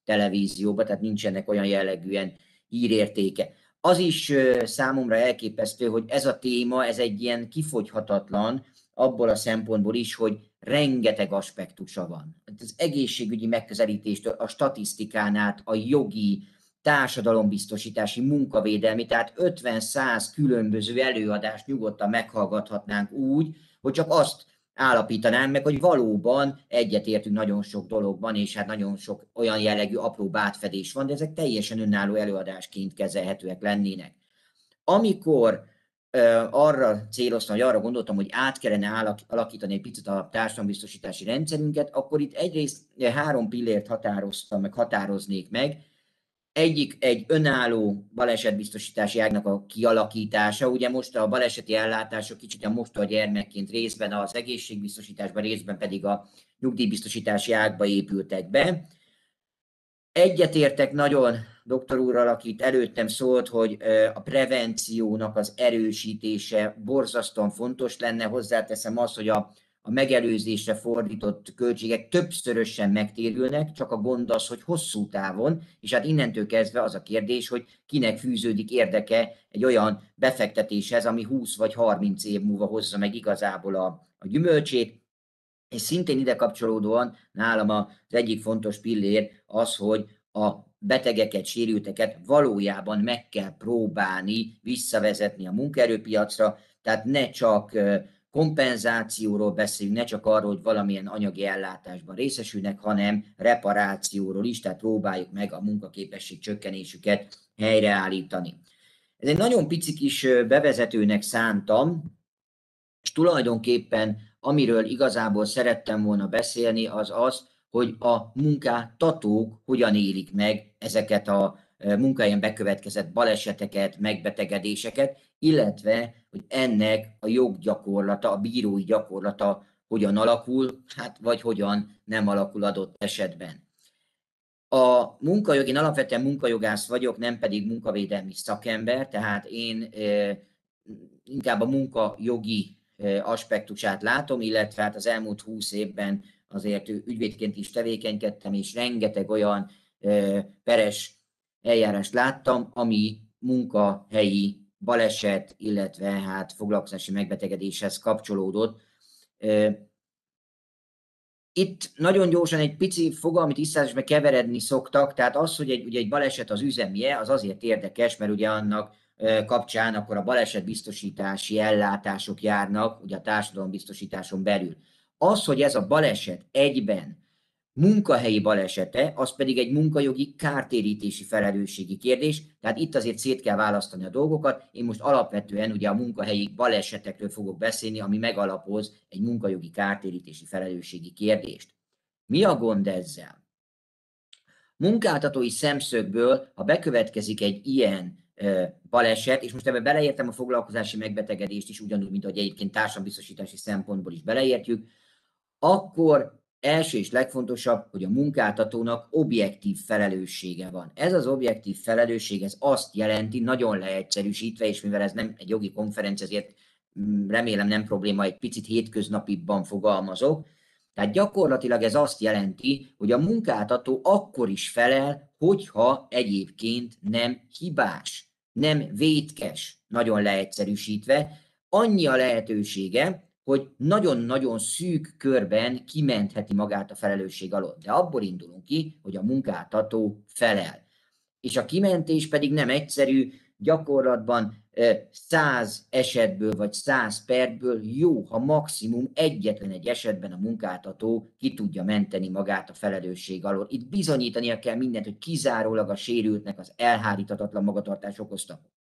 televízióba, tehát nincsenek olyan jellegűen hírértéke. Az is számomra elképesztő, hogy ez a téma, ez egy ilyen kifogyhatatlan, abból a szempontból is, hogy rengeteg aspektusa van. Az egészségügyi megközelítéstől, a statisztikán át, a jogi, társadalombiztosítási, munkavédelmi, tehát ötven-száz különböző előadást nyugodtan meghallgathatnánk úgy, hogy csak azt állapítanánk meg, hogy valóban egyetértünk nagyon sok dologban, és hát nagyon sok olyan jellegű apró átfedés van, de ezek teljesen önálló előadásként kezelhetőek lennének. Amikor uh, arra céloztam, vagy arra gondoltam, hogy át kellene alakítani egy picit a társadalombiztosítási rendszerünket, akkor itt egyrészt három pillért határoztam, meg határoznék meg. Egyik egy önálló balesetbiztosítási ágnak a kialakítása. Ugye most a baleseti ellátások kicsit a most a gyermekként részben az egészségbiztosításban, részben pedig a nyugdíjbiztosítási ágba épültek be. Egyetértek nagyon doktor úrral, akit előttem szólt, hogy a prevenciónak az erősítése borzasztóan fontos lenne. Hozzáteszem azt, hogy a a megelőzésre fordított költségek többszörösen megtérülnek, csak a gond az, hogy hosszú távon, és hát innentől kezdve az a kérdés, hogy kinek fűződik érdeke egy olyan befektetéshez, ami húsz vagy harminc év múlva hozza meg igazából a, a gyümölcsét, és szintén ide kapcsolódóan nálam az egyik fontos pillér az, hogy a betegeket, sérülteket valójában meg kell próbálni visszavezetni a munkaerőpiacra, tehát ne csak kompenzációról beszélünk, ne csak arról, hogy valamilyen anyagi ellátásban részesülnek, hanem reparációról is, tehát próbáljuk meg a munkaképesség csökkenésüket helyreállítani. Ez egy nagyon pici kis bevezetőnek szántam, és tulajdonképpen amiről igazából szerettem volna beszélni, az az, hogy a munkáltatók hogyan élik meg ezeket a munkahelyen bekövetkezett baleseteket, megbetegedéseket, illetve, hogy ennek a joggyakorlata, a bírói gyakorlata hogyan alakul, hát vagy hogyan nem alakul adott esetben. A munkajog, én alapvetően munkajogász vagyok, nem pedig munkavédelmi szakember, tehát én e, inkább a munkajogi e, aspektusát látom, illetve hát az elmúlt húsz évben azért ügyvédként is tevékenykedtem, és rengeteg olyan e, peres eljárást láttam, ami munkahelyi baleset, illetve hát foglalkozási megbetegedéshez kapcsolódott. Itt nagyon gyorsan egy pici fogalmi tisztázásba keveredni szoktak, tehát az, hogy egy, ugye egy baleset az üzemje, az azért érdekes, mert ugye annak kapcsán akkor a balesetbiztosítási ellátások járnak, ugye a társadalombiztosításon belül. Az, hogy ez a baleset egyben munkahelyi balesete, az pedig egy munkajogi kártérítési felelősségi kérdés, tehát itt azért szét kell választani a dolgokat. Én most alapvetően ugye a munkahelyi balesetekről fogok beszélni, ami megalapoz egy munkajogi kártérítési felelősségi kérdést. Mi a gond ezzel? Munkáltatói szemszögből, ha bekövetkezik egy ilyen ö, baleset, és most ebbe beleértem a foglalkozási megbetegedést is, ugyanúgy, mint ahogy egyébként társadalombiztosítási szempontból is beleértjük, akkor első és legfontosabb, hogy a munkáltatónak objektív felelőssége van. Ez az objektív felelősség, ez azt jelenti, nagyon leegyszerűsítve, és mivel ez nem egy jogi konferencia, ezért remélem nem probléma, egy picit hétköznapibban fogalmazok. Tehát gyakorlatilag ez azt jelenti, hogy a munkáltató akkor is felel, hogyha egyébként nem hibás, nem vétkes, nagyon leegyszerűsítve. Annyi a lehetősége, hogy nagyon-nagyon szűk körben kimentheti magát a felelősség alól. De abból indulunk ki, hogy a munkáltató felel. És a kimentés pedig nem egyszerű, gyakorlatban száz esetből vagy száz percből jó, ha maximum egyetlen egy esetben a munkáltató ki tudja menteni magát a felelősség alól. Itt bizonyítania kell mindent, hogy kizárólag a sérültnek az elhárítatatlan magatartás okozta.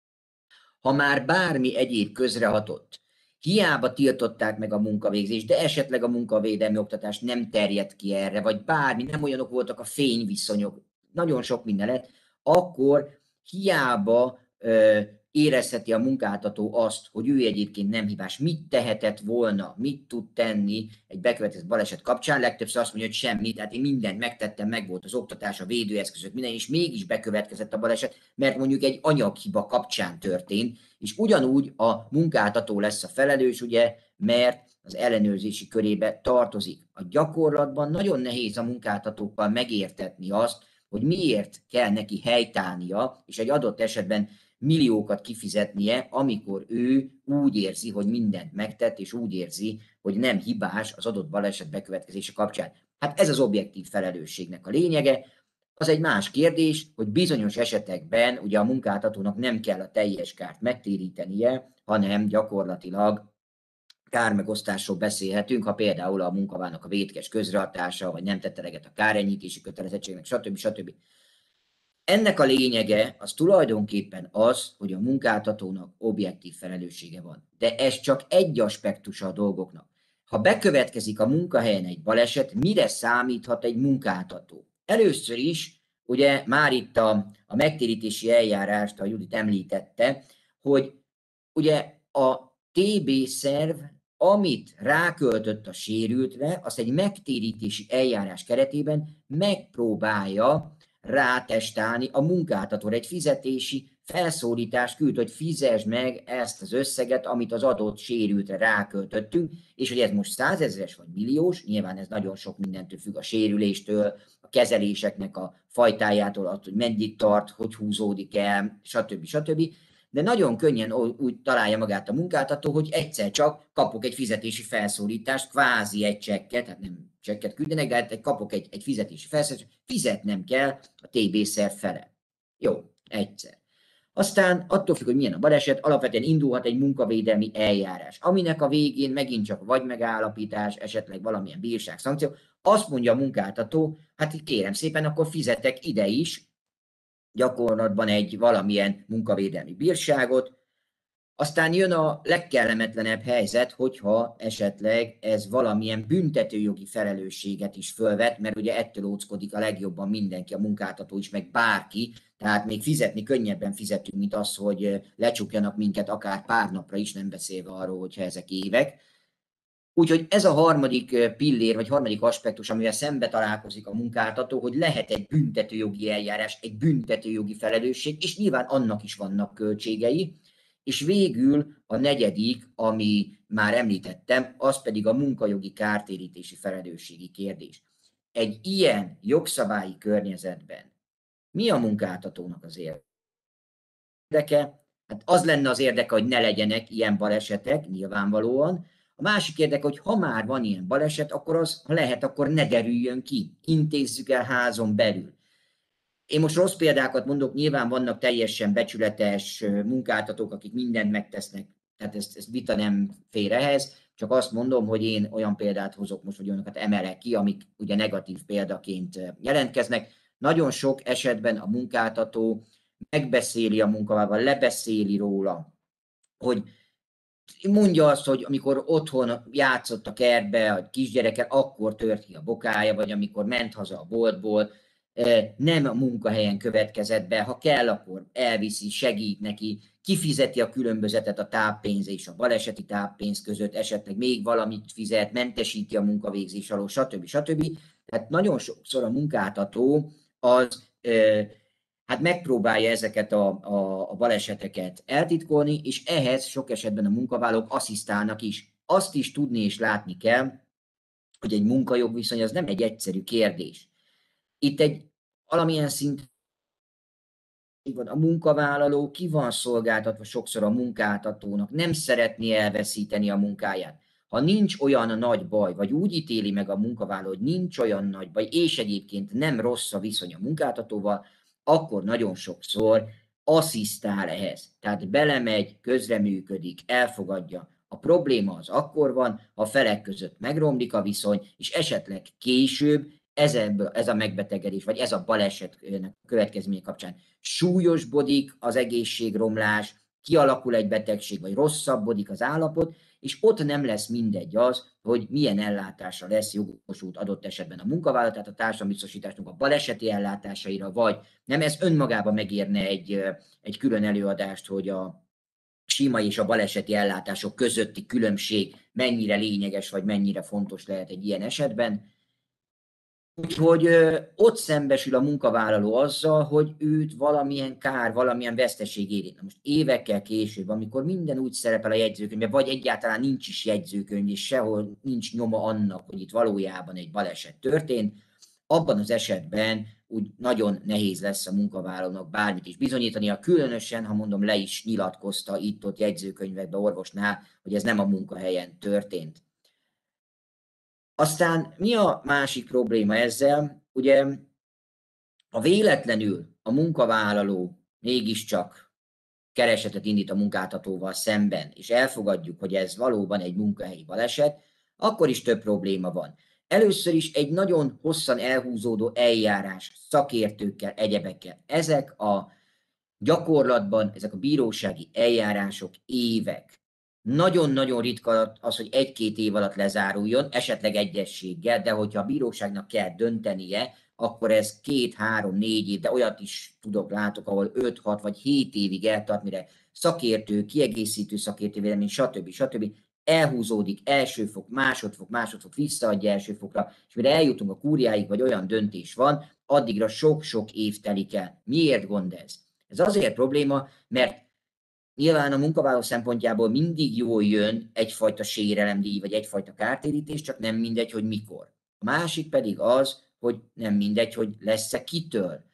Ha már bármi egyéb közrehatott, hiába tiltották meg a munkavégzést, de esetleg a munkavédelmi oktatás nem terjedt ki erre, vagy bármi, nem olyanok voltak a fényviszonyok, nagyon sok minden lett, akkor hiába ö, érezheti a munkáltató azt, hogy ő egyébként nem hibás, mit tehetett volna, mit tud tenni egy bekövetkezett baleset kapcsán, legtöbbször azt mondja, hogy semmit, tehát én mindent megtettem, meg volt az oktatás, a védőeszközök, minden, és mégis bekövetkezett a baleset, mert mondjuk egy anyaghiba kapcsán történt, és ugyanúgy a munkáltató lesz a felelős, ugye, mert az ellenőrzési körébe tartozik. A gyakorlatban nagyon nehéz a munkáltatókkal megértetni azt, hogy miért kell neki helytállnia, és egy adott esetben milliókat kifizetnie, amikor ő úgy érzi, hogy mindent megtett, és úgy érzi, hogy nem hibás az adott baleset bekövetkezése kapcsán. Hát ez az objektív felelősségnek a lényege. Az egy más kérdés, hogy bizonyos esetekben ugye a munkáltatónak nem kell a teljes kárt megtérítenie, hanem gyakorlatilag kármegosztásról beszélhetünk, ha például a munkavállalónak a vétkes közreadása, vagy nem tette eleget a kárenyhítési kötelezettségnek, stb. stb. Ennek a lényege az tulajdonképpen az, hogy a munkáltatónak objektív felelőssége van. De ez csak egy aspektusa a dolgoknak. Ha bekövetkezik a munkahelyen egy baleset, mire számíthat egy munkáltató? Először is, ugye már itt a, a megtérítési eljárást, a Judit említette, hogy ugye a té bé szerv, amit ráköltött a sérültre, azt egy megtérítési eljárás keretében megpróbálja rátestálni a munkáltatóra, egy fizetési felszólítást küld, hogy fizesd meg ezt az összeget, amit az adott sérültre ráköltöttünk, és hogy ez most százezres vagy milliós, nyilván ez nagyon sok mindentől függ, a sérüléstől, a kezeléseknek a fajtájától, attól, hogy meddig tart, hogy húzódik el, stb. stb. De nagyon könnyen úgy találja magát a munkáltató, hogy egyszer csak kapok egy fizetési felszólítást, kvázi egy csekket, hát nem csekket küldenek, de hát kapok egy, egy fizetési felszólítást, fizetnem kell a té bé szerv fele. Jó, egyszer. Aztán attól függ, hogy milyen a baleset, alapvetően indulhat egy munkavédelmi eljárás, aminek a végén megint csak vagy megállapítás, esetleg valamilyen bírság, szankció. Azt mondja a munkáltató, hát kérem szépen, akkor fizetek ide is, gyakorlatban egy valamilyen munkavédelmi bírságot. Aztán jön a legkellemetlenebb helyzet, hogyha esetleg ez valamilyen büntetőjogi felelősséget is fölvet, mert ugye ettől óckodik a legjobban mindenki, a munkáltató is, meg bárki, tehát még fizetni könnyebben fizetünk, mint az, hogy lecsukjanak minket akár pár napra is, nem beszélve arról, hogyha ezek évek. Úgyhogy ez a harmadik pillér, vagy harmadik aspektus, amivel szembe találkozik a munkáltató, hogy lehet egy büntetőjogi eljárás, egy büntetőjogi felelősség, és nyilván annak is vannak költségei. És végül a negyedik, ami már említettem, az pedig a munkajogi kártérítési felelősségi kérdés. Egy ilyen jogszabályi környezetben mi a munkáltatónak az érdeke? Hát az lenne az érdeke, hogy ne legyenek ilyen balesetek, nyilvánvalóan. A másik érdeke, hogy ha már van ilyen baleset, akkor az, ha lehet, akkor ne derüljön ki. Intézzük el házon belül. Én most rossz példákat mondok, nyilván vannak teljesen becsületes munkáltatók, akik mindent megtesznek, tehát ezt, ezt vita nem fér ehhez, csak azt mondom, hogy én olyan példát hozok most, hogy olyanokat emelek ki, amik ugye negatív példaként jelentkeznek. Nagyon sok esetben a munkáltató megbeszéli a munkavállalóval, lebeszéli róla, hogy mondja azt, hogy amikor otthon játszott a kertbe a kisgyerekkel, akkor tört ki a bokája, vagy amikor ment haza a boltból, nem a munkahelyen következett be, ha kell, akkor elviszi, segít neki, kifizeti a különbözetet a táppénz és a baleseti táppénz között, esetleg még valamit fizet, mentesíti a munkavégzés alól, stb. stb. Tehát nagyon sokszor a munkáltató az hát megpróbálja ezeket a, a, a baleseteket eltitkolni, és ehhez sok esetben a munkavállalók asszisztálnak is. Azt is tudni és látni kell, hogy egy munkajogviszony az nem egy egyszerű kérdés. Itt egy valamilyen szinten a munkavállaló ki van szolgáltatva sokszor a munkáltatónak, nem szeretné elveszíteni a munkáját. Ha nincs olyan nagy baj, vagy úgy ítéli meg a munkavállaló, hogy nincs olyan nagy baj, és egyébként nem rossz a viszony a munkáltatóval, akkor nagyon sokszor asszisztál ehhez. Tehát belemegy, közreműködik, elfogadja. A probléma az akkor van, ha a felek között megromlik a viszony, és esetleg később ez, ebből, ez a megbetegedés, vagy ez a balesetnek következménye kapcsán súlyosbodik az egészségromlás, kialakul egy betegség, vagy rosszabbodik az állapot, és ott nem lesz mindegy az, hogy milyen ellátásra lesz jogosult adott esetben a munkavállaló, tehát a társadalombiztosításnak a baleseti ellátásaira, vagy nem, ez önmagában megérne egy, egy külön előadást, hogy a sima és a baleseti ellátások közötti különbség mennyire lényeges, vagy mennyire fontos lehet egy ilyen esetben. Úgyhogy ö, ott szembesül a munkavállaló azzal, hogy őt valamilyen kár, valamilyen veszteség érint. Na most évekkel később, amikor minden úgy szerepel a jegyzőkönyvben, vagy egyáltalán nincs is jegyzőkönyv, és sehol nincs nyoma annak, hogy itt valójában egy baleset történt, abban az esetben úgy nagyon nehéz lesz a munkavállalónak bármit is bizonyítania, különösen, ha mondom, le is nyilatkozta itt-ott jegyzőkönyvekbe orvosnál, hogy ez nem a munkahelyen történt. Aztán mi a másik probléma ezzel? Ugye, ha véletlenül a munkavállaló mégiscsak keresetet indít a munkáltatóval szemben, és elfogadjuk, hogy ez valóban egy munkahelyi baleset, akkor is több probléma van. Először is egy nagyon hosszan elhúzódó eljárás szakértőkkel, egyebekkel. Ezek a gyakorlatban, ezek a bírósági eljárások évek. Nagyon-nagyon ritka az, hogy egy-két év alatt lezáruljon, esetleg egyességgel, de hogyha a bíróságnak kell döntenie, akkor ez két, három, négy év, de olyat is tudok, látok, ahol öt, hat vagy hét évig eltart, mire szakértő, kiegészítő szakértő vélemény, stb. stb. Elhúzódik, első fok, másodfok, másodfok, visszaadja első fokra, és mire eljutunk a kúriáig, vagy olyan döntés van, addigra sok-sok év telik el. Miért gond ez? Ez azért probléma, mert nyilván a munkavállaló szempontjából mindig jól jön egyfajta sérelemdíj, vagy egyfajta kártérítés, csak nem mindegy, hogy mikor. A másik pedig az, hogy nem mindegy, hogy lesz-e kitől.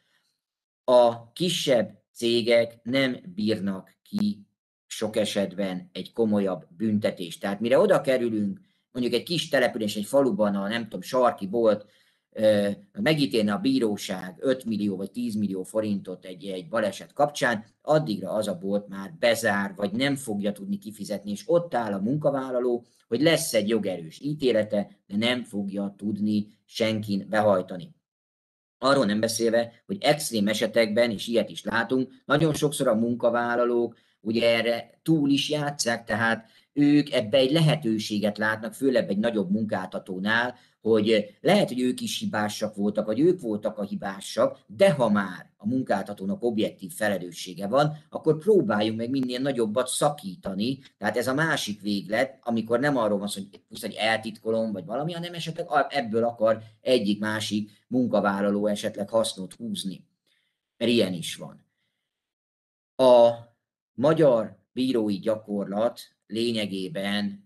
A kisebb cégek nem bírnak ki sok esetben egy komolyabb büntetést. Tehát mire oda kerülünk, mondjuk egy kis település, egy faluban, a nem tudom, sarki bolt, megítélne a bíróság öt millió vagy tíz millió forintot egy, egy baleset kapcsán, addigra az a bolt már bezár, vagy nem fogja tudni kifizetni, és ott áll a munkavállaló, hogy lesz egy jogerős ítélete, de nem fogja tudni senkin behajtani. Arról nem beszélve, hogy extrém esetekben, és ilyet is látunk, nagyon sokszor a munkavállalók ugye erre túl is játsszák, tehát ők ebbe egy lehetőséget látnak, főleg egy nagyobb munkáltatónál, hogy lehet, hogy ők is hibásak voltak, vagy ők voltak a hibásak, de ha már a munkáltatónak objektív felelőssége van, akkor próbáljunk meg minél nagyobbat szakítani. Tehát ez a másik véglet, amikor nem arról van szó, hogy plusz egy eltitkolom, vagy valami, hanem esetleg ebből akar egyik-másik munkavállaló esetleg hasznot húzni. Mert ilyen is van. A magyar bírói gyakorlat lényegében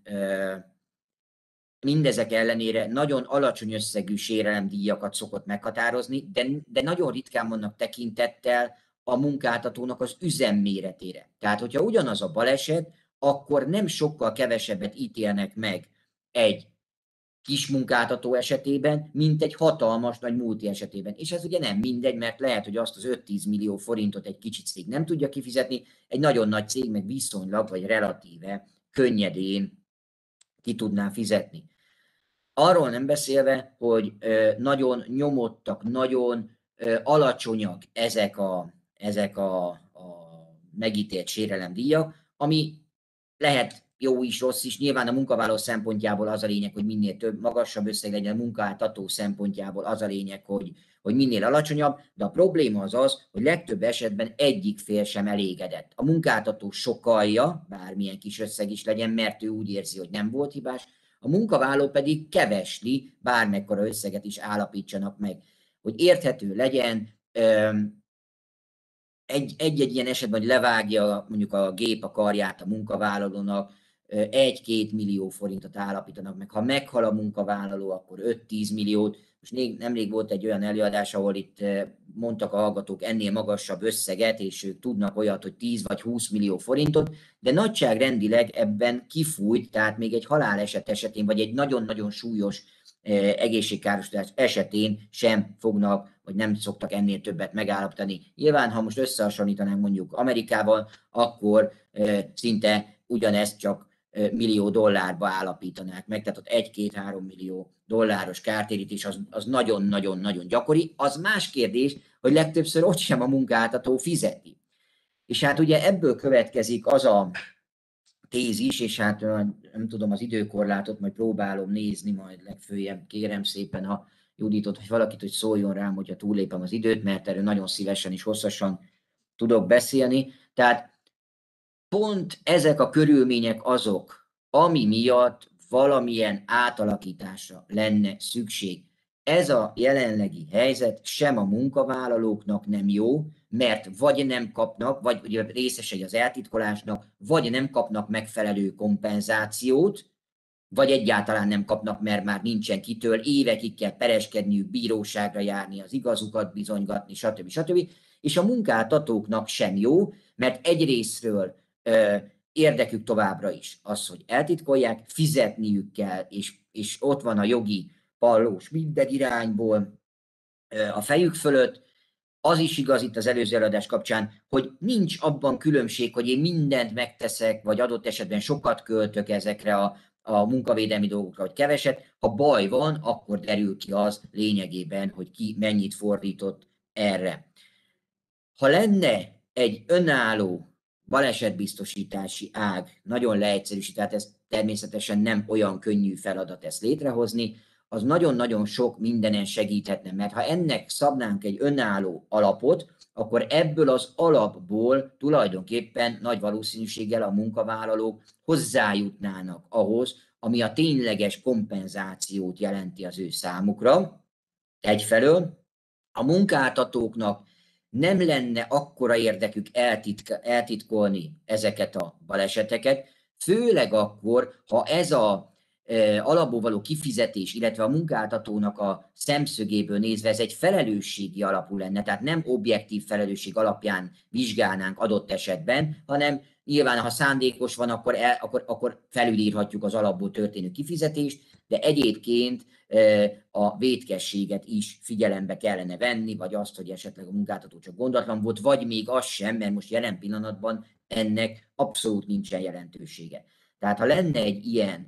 mindezek ellenére nagyon alacsony összegű sérelemdíjakat szokott meghatározni, de, de nagyon ritkán vannak tekintettel a munkáltatónak az üzemméretére. Tehát, hogyha ugyanaz a baleset, akkor nem sokkal kevesebbet ítélnek meg egy kis munkáltató esetében, mint egy hatalmas nagy multi esetében. És ez ugye nem mindegy, mert lehet, hogy azt az öt-tíz millió forintot egy kicsi cég nem tudja kifizetni, egy nagyon nagy cég meg viszonylag, vagy relatíve könnyedén ki tudná fizetni. Arról nem beszélve, hogy nagyon nyomottak, nagyon alacsonyak ezek a, ezek a, a megítélt sérelemdíjak, ami lehet jó is, rossz is. Nyilván a munkavállaló szempontjából az a lényeg, hogy minél több, magasabb összeg legyen, a munkáltató szempontjából az a lényeg, hogy, hogy minél alacsonyabb, de a probléma az az, hogy legtöbb esetben egyik fél sem elégedett. A munkáltató sokalja, bármilyen kis összeg is legyen, mert ő úgy érzi, hogy nem volt hibás, a munkavállaló pedig kevesli, bármekkora összeget is állapítsanak meg. Hogy érthető legyen, egy-egy ilyen esetben, hogy levágja mondjuk a gép a karját a munkavállalónak, egy-két millió forintot állapítanak meg. Ha meghal a munkavállaló, akkor öt-tíz milliót. Most nemrég volt egy olyan előadás, ahol itt mondtak a hallgatók ennél magasabb összeget, és ők tudnak olyat, hogy tíz vagy húsz millió forintot, de nagyságrendileg ebben kifújt, tehát még egy haláleset esetén, vagy egy nagyon-nagyon súlyos egészségkárosodás esetén sem fognak, vagy nem szoktak ennél többet megállapítani. Nyilván, ha most összehasonlítanánk mondjuk Amerikával, akkor szinte ugyanezt csak millió dollárba állapítanák meg, tehát ott egy-két-három millió dolláros kártérítés az, az nagyon-nagyon-nagyon gyakori. Az más kérdés, hogy legtöbbször ott sem a munkáltató fizeti. És hát ugye ebből következik az a tézis, és hát nem tudom az időkorlátot, majd próbálom nézni, majd legfőjebb kérem szépen a Juditot, vagy valakit, hogy szóljon rám, hogyha túllépem az időt, mert erről nagyon szívesen és hosszasan tudok beszélni. Tehát pont ezek a körülmények azok, ami miatt valamilyen átalakításra lenne szükség. Ez a jelenlegi helyzet sem a munkavállalóknak nem jó, mert vagy nem kapnak, vagy ugye részesei az eltitkolásnak, vagy nem kapnak megfelelő kompenzációt, vagy egyáltalán nem kapnak, mert már nincsen kitől, évekig kell pereskedniük, bíróságra járni, az igazukat bizonygatni, stb. stb. És a munkáltatóknak sem jó, mert egyrészről ö, érdekük továbbra is az, hogy eltitkolják, fizetniük kell, és, és ott van a jogi pallós minden irányból ö, a fejük fölött. Az is igaz itt az előző előadás kapcsán, hogy nincs abban különbség, hogy én mindent megteszek, vagy adott esetben sokat költök ezekre a, a munkavédelmi dolgokra, vagy keveset. Ha baj van, akkor derül ki az lényegében, hogy ki mennyit fordított erre. Ha lenne egy önálló balesetbiztosítási ág, nagyon leegyszerűsít, tehát ez természetesen nem olyan könnyű feladat ezt létrehozni, az nagyon-nagyon sok mindenen segíthetne, mert ha ennek szabnánk egy önálló alapot, akkor ebből az alapból tulajdonképpen nagy valószínűséggel a munkavállalók hozzájutnának ahhoz, ami a tényleges kompenzációt jelenti az ő számukra. Egyfelől a munkáltatóknak nem lenne akkora érdekük eltitk- eltitkolni ezeket a baleseteket, főleg akkor, ha ez a e, alapból való kifizetés, illetve a munkáltatónak a szemszögéből nézve ez egy felelősségi alapú lenne, tehát nem objektív felelősség alapján vizsgálnánk adott esetben, hanem nyilván, ha szándékos van, akkor, el, akkor, akkor felülírhatjuk az alapból történő kifizetést, de egyébként a vétkességet is figyelembe kellene venni, vagy azt, hogy esetleg a munkáltató csak gondatlan volt, vagy még az sem, mert most jelen pillanatban ennek abszolút nincsen jelentősége. Tehát ha lenne egy ilyen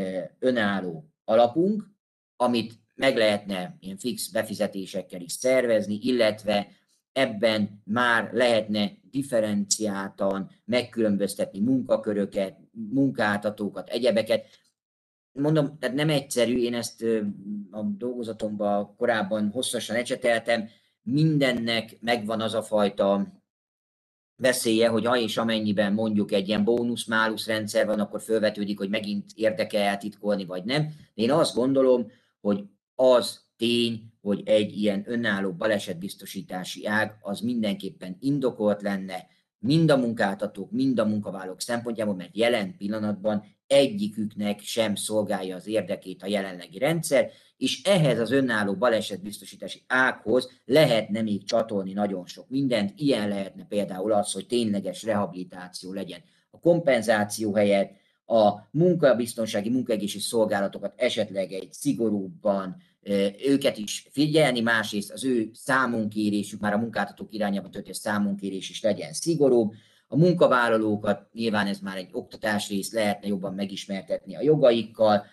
önálló alapunk, amit meg lehetne ilyen fix befizetésekkel is szervezni, illetve ebben már lehetne differenciáltan megkülönböztetni munkaköröket, munkáltatókat, egyebeket. Mondom, tehát nem egyszerű, én ezt a dolgozatomban korábban hosszasan ecseteltem, mindennek megvan az a fajta veszélye, hogy ha és amennyiben mondjuk egy ilyen bónusz-málusz rendszer van, akkor felvetődik, hogy megint érdeke eltitkolni, vagy nem. De én azt gondolom, hogy az tény, hogy egy ilyen önálló balesetbiztosítási ág, az mindenképpen indokolt lenne, mind a munkáltatók, mind a munkavállalók szempontjából, mert jelen pillanatban egyiküknek sem szolgálja az érdekét a jelenlegi rendszer, és ehhez az önálló balesetbiztosítási ághoz lehetne még csatolni nagyon sok mindent. Ilyen lehetne például az, hogy tényleges rehabilitáció legyen. A kompenzáció helyett a munkabiztonsági, munkaegészségügyi szolgálatokat esetleg egy szigorúbban őket is figyelni, másrészt az ő számonkérésük, már a munkáltatók irányába történő számonkérés is legyen szigorúbb. A munkavállalókat, nyilván ez már egy oktatás rész, lehetne jobban megismertetni a jogaikkal,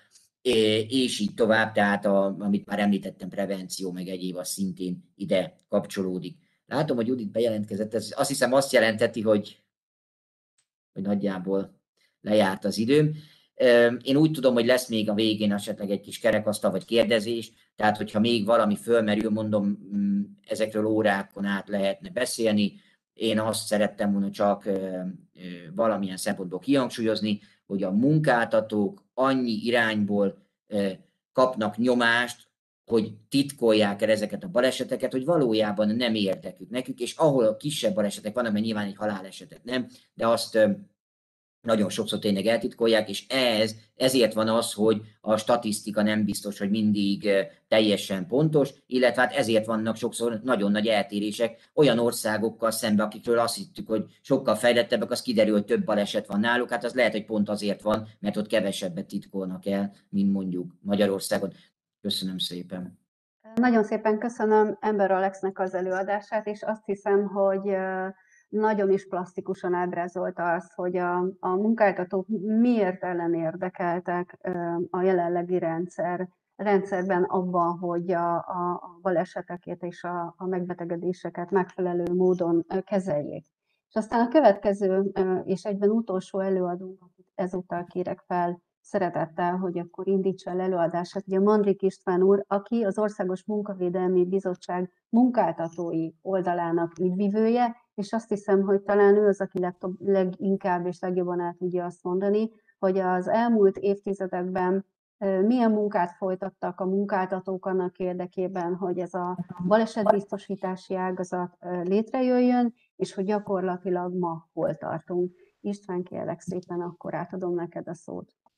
és így tovább, tehát a, amit már említettem, prevenció, meg egyéb, az szintén ide kapcsolódik. Látom, hogy Judit bejelentkezett, ez azt hiszem azt jelenteti, hogy, hogy nagyjából lejárt az időm. Én úgy tudom, hogy lesz még a végén esetleg egy kis kerekasztal vagy kérdezés, tehát hogyha még valami fölmerül, mondom, ezekről órákon át lehetne beszélni. Én azt szerettem volna csak valamilyen szempontból kihangsúlyozni, hogy a munkáltatók annyi irányból kapnak nyomást, hogy titkolják el ezeket a baleseteket, hogy valójában nem érdekük nekük, és ahol a kisebb balesetek vannak, mert nyilván egy halálesetet nem, de azt nagyon sokszor tényleg eltitkolják, és ez, ezért van az, hogy a statisztika nem biztos, hogy mindig teljesen pontos, illetve hát ezért vannak sokszor nagyon nagy eltérések olyan országokkal szemben, akikről azt hittük, hogy sokkal fejlettebbek, az kiderül, hogy több baleset van náluk, hát az lehet, hogy pont azért van, mert ott kevesebbet titkolnak el, mint mondjuk Magyarországon. Köszönöm szépen. Nagyon szépen köszönöm Ember Alexnek az előadását, és azt hiszem, hogy nagyon is plastikusan ábrázolta azt, hogy a, a munkáltatók miért ellenérdekeltek a jelenlegi rendszer, rendszerben abban, hogy a, a, a baleseteket és a, a megbetegedéseket megfelelő módon kezeljék. És aztán a következő és egyben utolsó előadónk, akit ezúttal kérek fel szeretettel, hogy akkor indítsa el előadását, ugye Mandrik István úr, aki az Országos Munkavédelmi Bizottság munkáltatói oldalának ügyvivője, és azt hiszem, hogy talán ő az, aki legtöbb, leginkább és legjobban el tudja azt mondani, hogy az elmúlt évtizedekben milyen munkát folytattak a munkáltatók annak érdekében, hogy ez a balesetbiztosítási ágazat létrejöjjön, és hogy gyakorlatilag ma hol tartunk. István, kérlek szépen, akkor átadom neked a szót.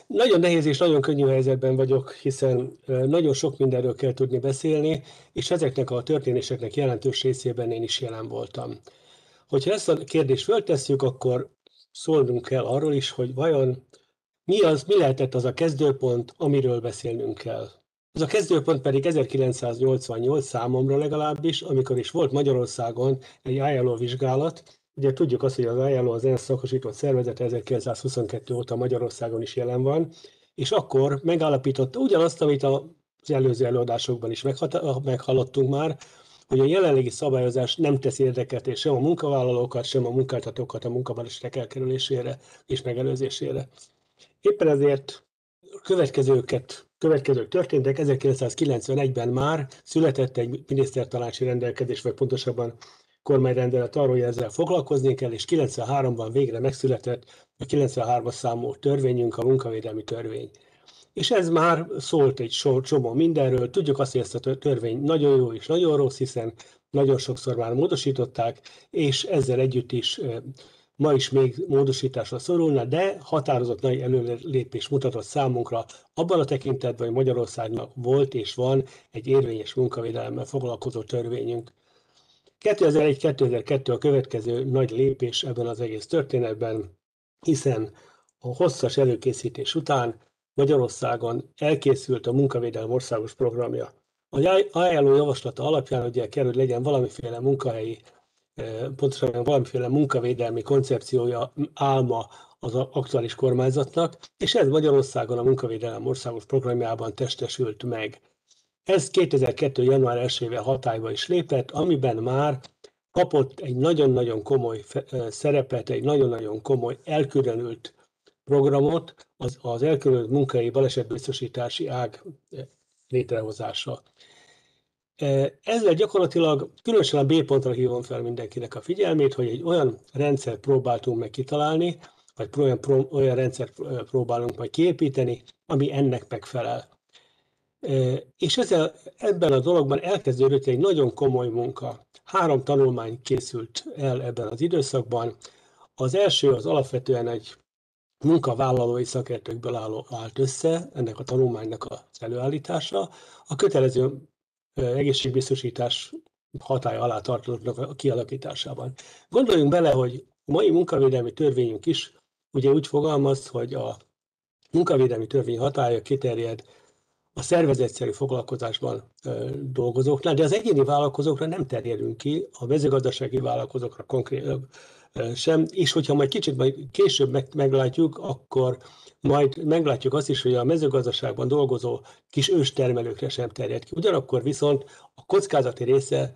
Nagyon nehéz és nagyon könnyű helyzetben vagyok, hiszen nagyon sok mindenről kell tudni beszélni, és ezeknek a történéseknek jelentős részében én is jelen voltam. Hogyha ezt a kérdést föltesszük, akkor szólnunk kell arról is, hogy vajon mi az, mi lehetett az a kezdőpont, amiről beszélnünk kell. Ez a kezdőpont pedig ezerkilencszáznyolcvannyolc számomra legalábbis, amikor is volt Magyarországon egy I L O vizsgálat. Ugye tudjuk azt, hogy az I L O az ENSZ szakosított szervezete ezerkilencszázhuszonkettő óta Magyarországon is jelen van, és akkor megállapította ugyanazt, amit az előző előadásokban is meghallottunk már, hogy a jelenlegi szabályozás nem tesz érdekelté sem a munkavállalókat, sem a munkáltatókat a munkabalesetek elkerülésére és megelőzésére. Éppen ezért következőket, következők történtek. ezerkilencszázkilencvenegyben már született egy minisztertanácsi rendelkezés, vagy pontosabban kormányrendelet arról, hogy ezzel foglalkozni kell, és kilencvenháromban végre megszületett a kilencvenhármas számú törvényünk, a munkavédelmi törvény. És ez már szólt egy csomó mindenről. Tudjuk azt, hogy ezt a törvény nagyon jó és nagyon rossz, hiszen nagyon sokszor már módosították, és ezzel együtt is ma is még módosításra szorulna, de határozott nagy előlépés mutatott számunkra abban a tekintetben, hogy Magyarországnak volt és van egy érvényes munkavédelemmel foglalkozó törvényünk. kétezer-egy kétezer-kettő a következő nagy lépés ebben az egész történetben, hiszen a hosszas előkészítés után Magyarországon elkészült a munkavédelem országos programja. A I L O javaslata alapján ugye kell, hogy legyen valamiféle munkahelyi, pontosan valamiféle munkavédelmi koncepciója, álma az aktuális kormányzatnak, és ez Magyarországon a munkavédelem országos programjában testesült meg. Ez kétezer-kettő. január elsejével hatályba is lépett, amiben már kapott egy nagyon-nagyon komoly szerepet, egy nagyon-nagyon komoly elkülönült programot, az, az elkülönült munkahelyi balesetbiztosítási ág létrehozása. Ezzel gyakorlatilag különösen a B pontra hívom fel mindenkinek a figyelmét, hogy egy olyan rendszert próbáltunk meg kitalálni, vagy olyan, olyan rendszert próbálunk majd kiépíteni, ami ennek megfelel. És ezzel, ebben a dologban elkezdődött egy nagyon komoly munka. Három tanulmány készült el ebben az időszakban. Az első az alapvetően egy munkavállalói szakértőkből álló, állt össze, ennek a tanulmánynak az előállítása. A kötelező egészségbiztosítás hatálya alá tartozóknak a kialakításában. Gondoljunk bele, hogy a mai munkavédelmi törvényünk is ugye úgy fogalmaz, hogy a munkavédelmi törvény hatálya kiterjed a szervezetszerű foglalkozásban dolgozóknál, de az egyéni vállalkozókra nem terjedünk ki, a mezőgazdasági vállalkozókra konkrét sem, és hogyha majd kicsit majd később meg, meglátjuk, akkor majd meglátjuk azt is, hogy a mezőgazdaságban dolgozó kis őstermelőkre sem terjed ki. Ugyanakkor viszont a kockázati része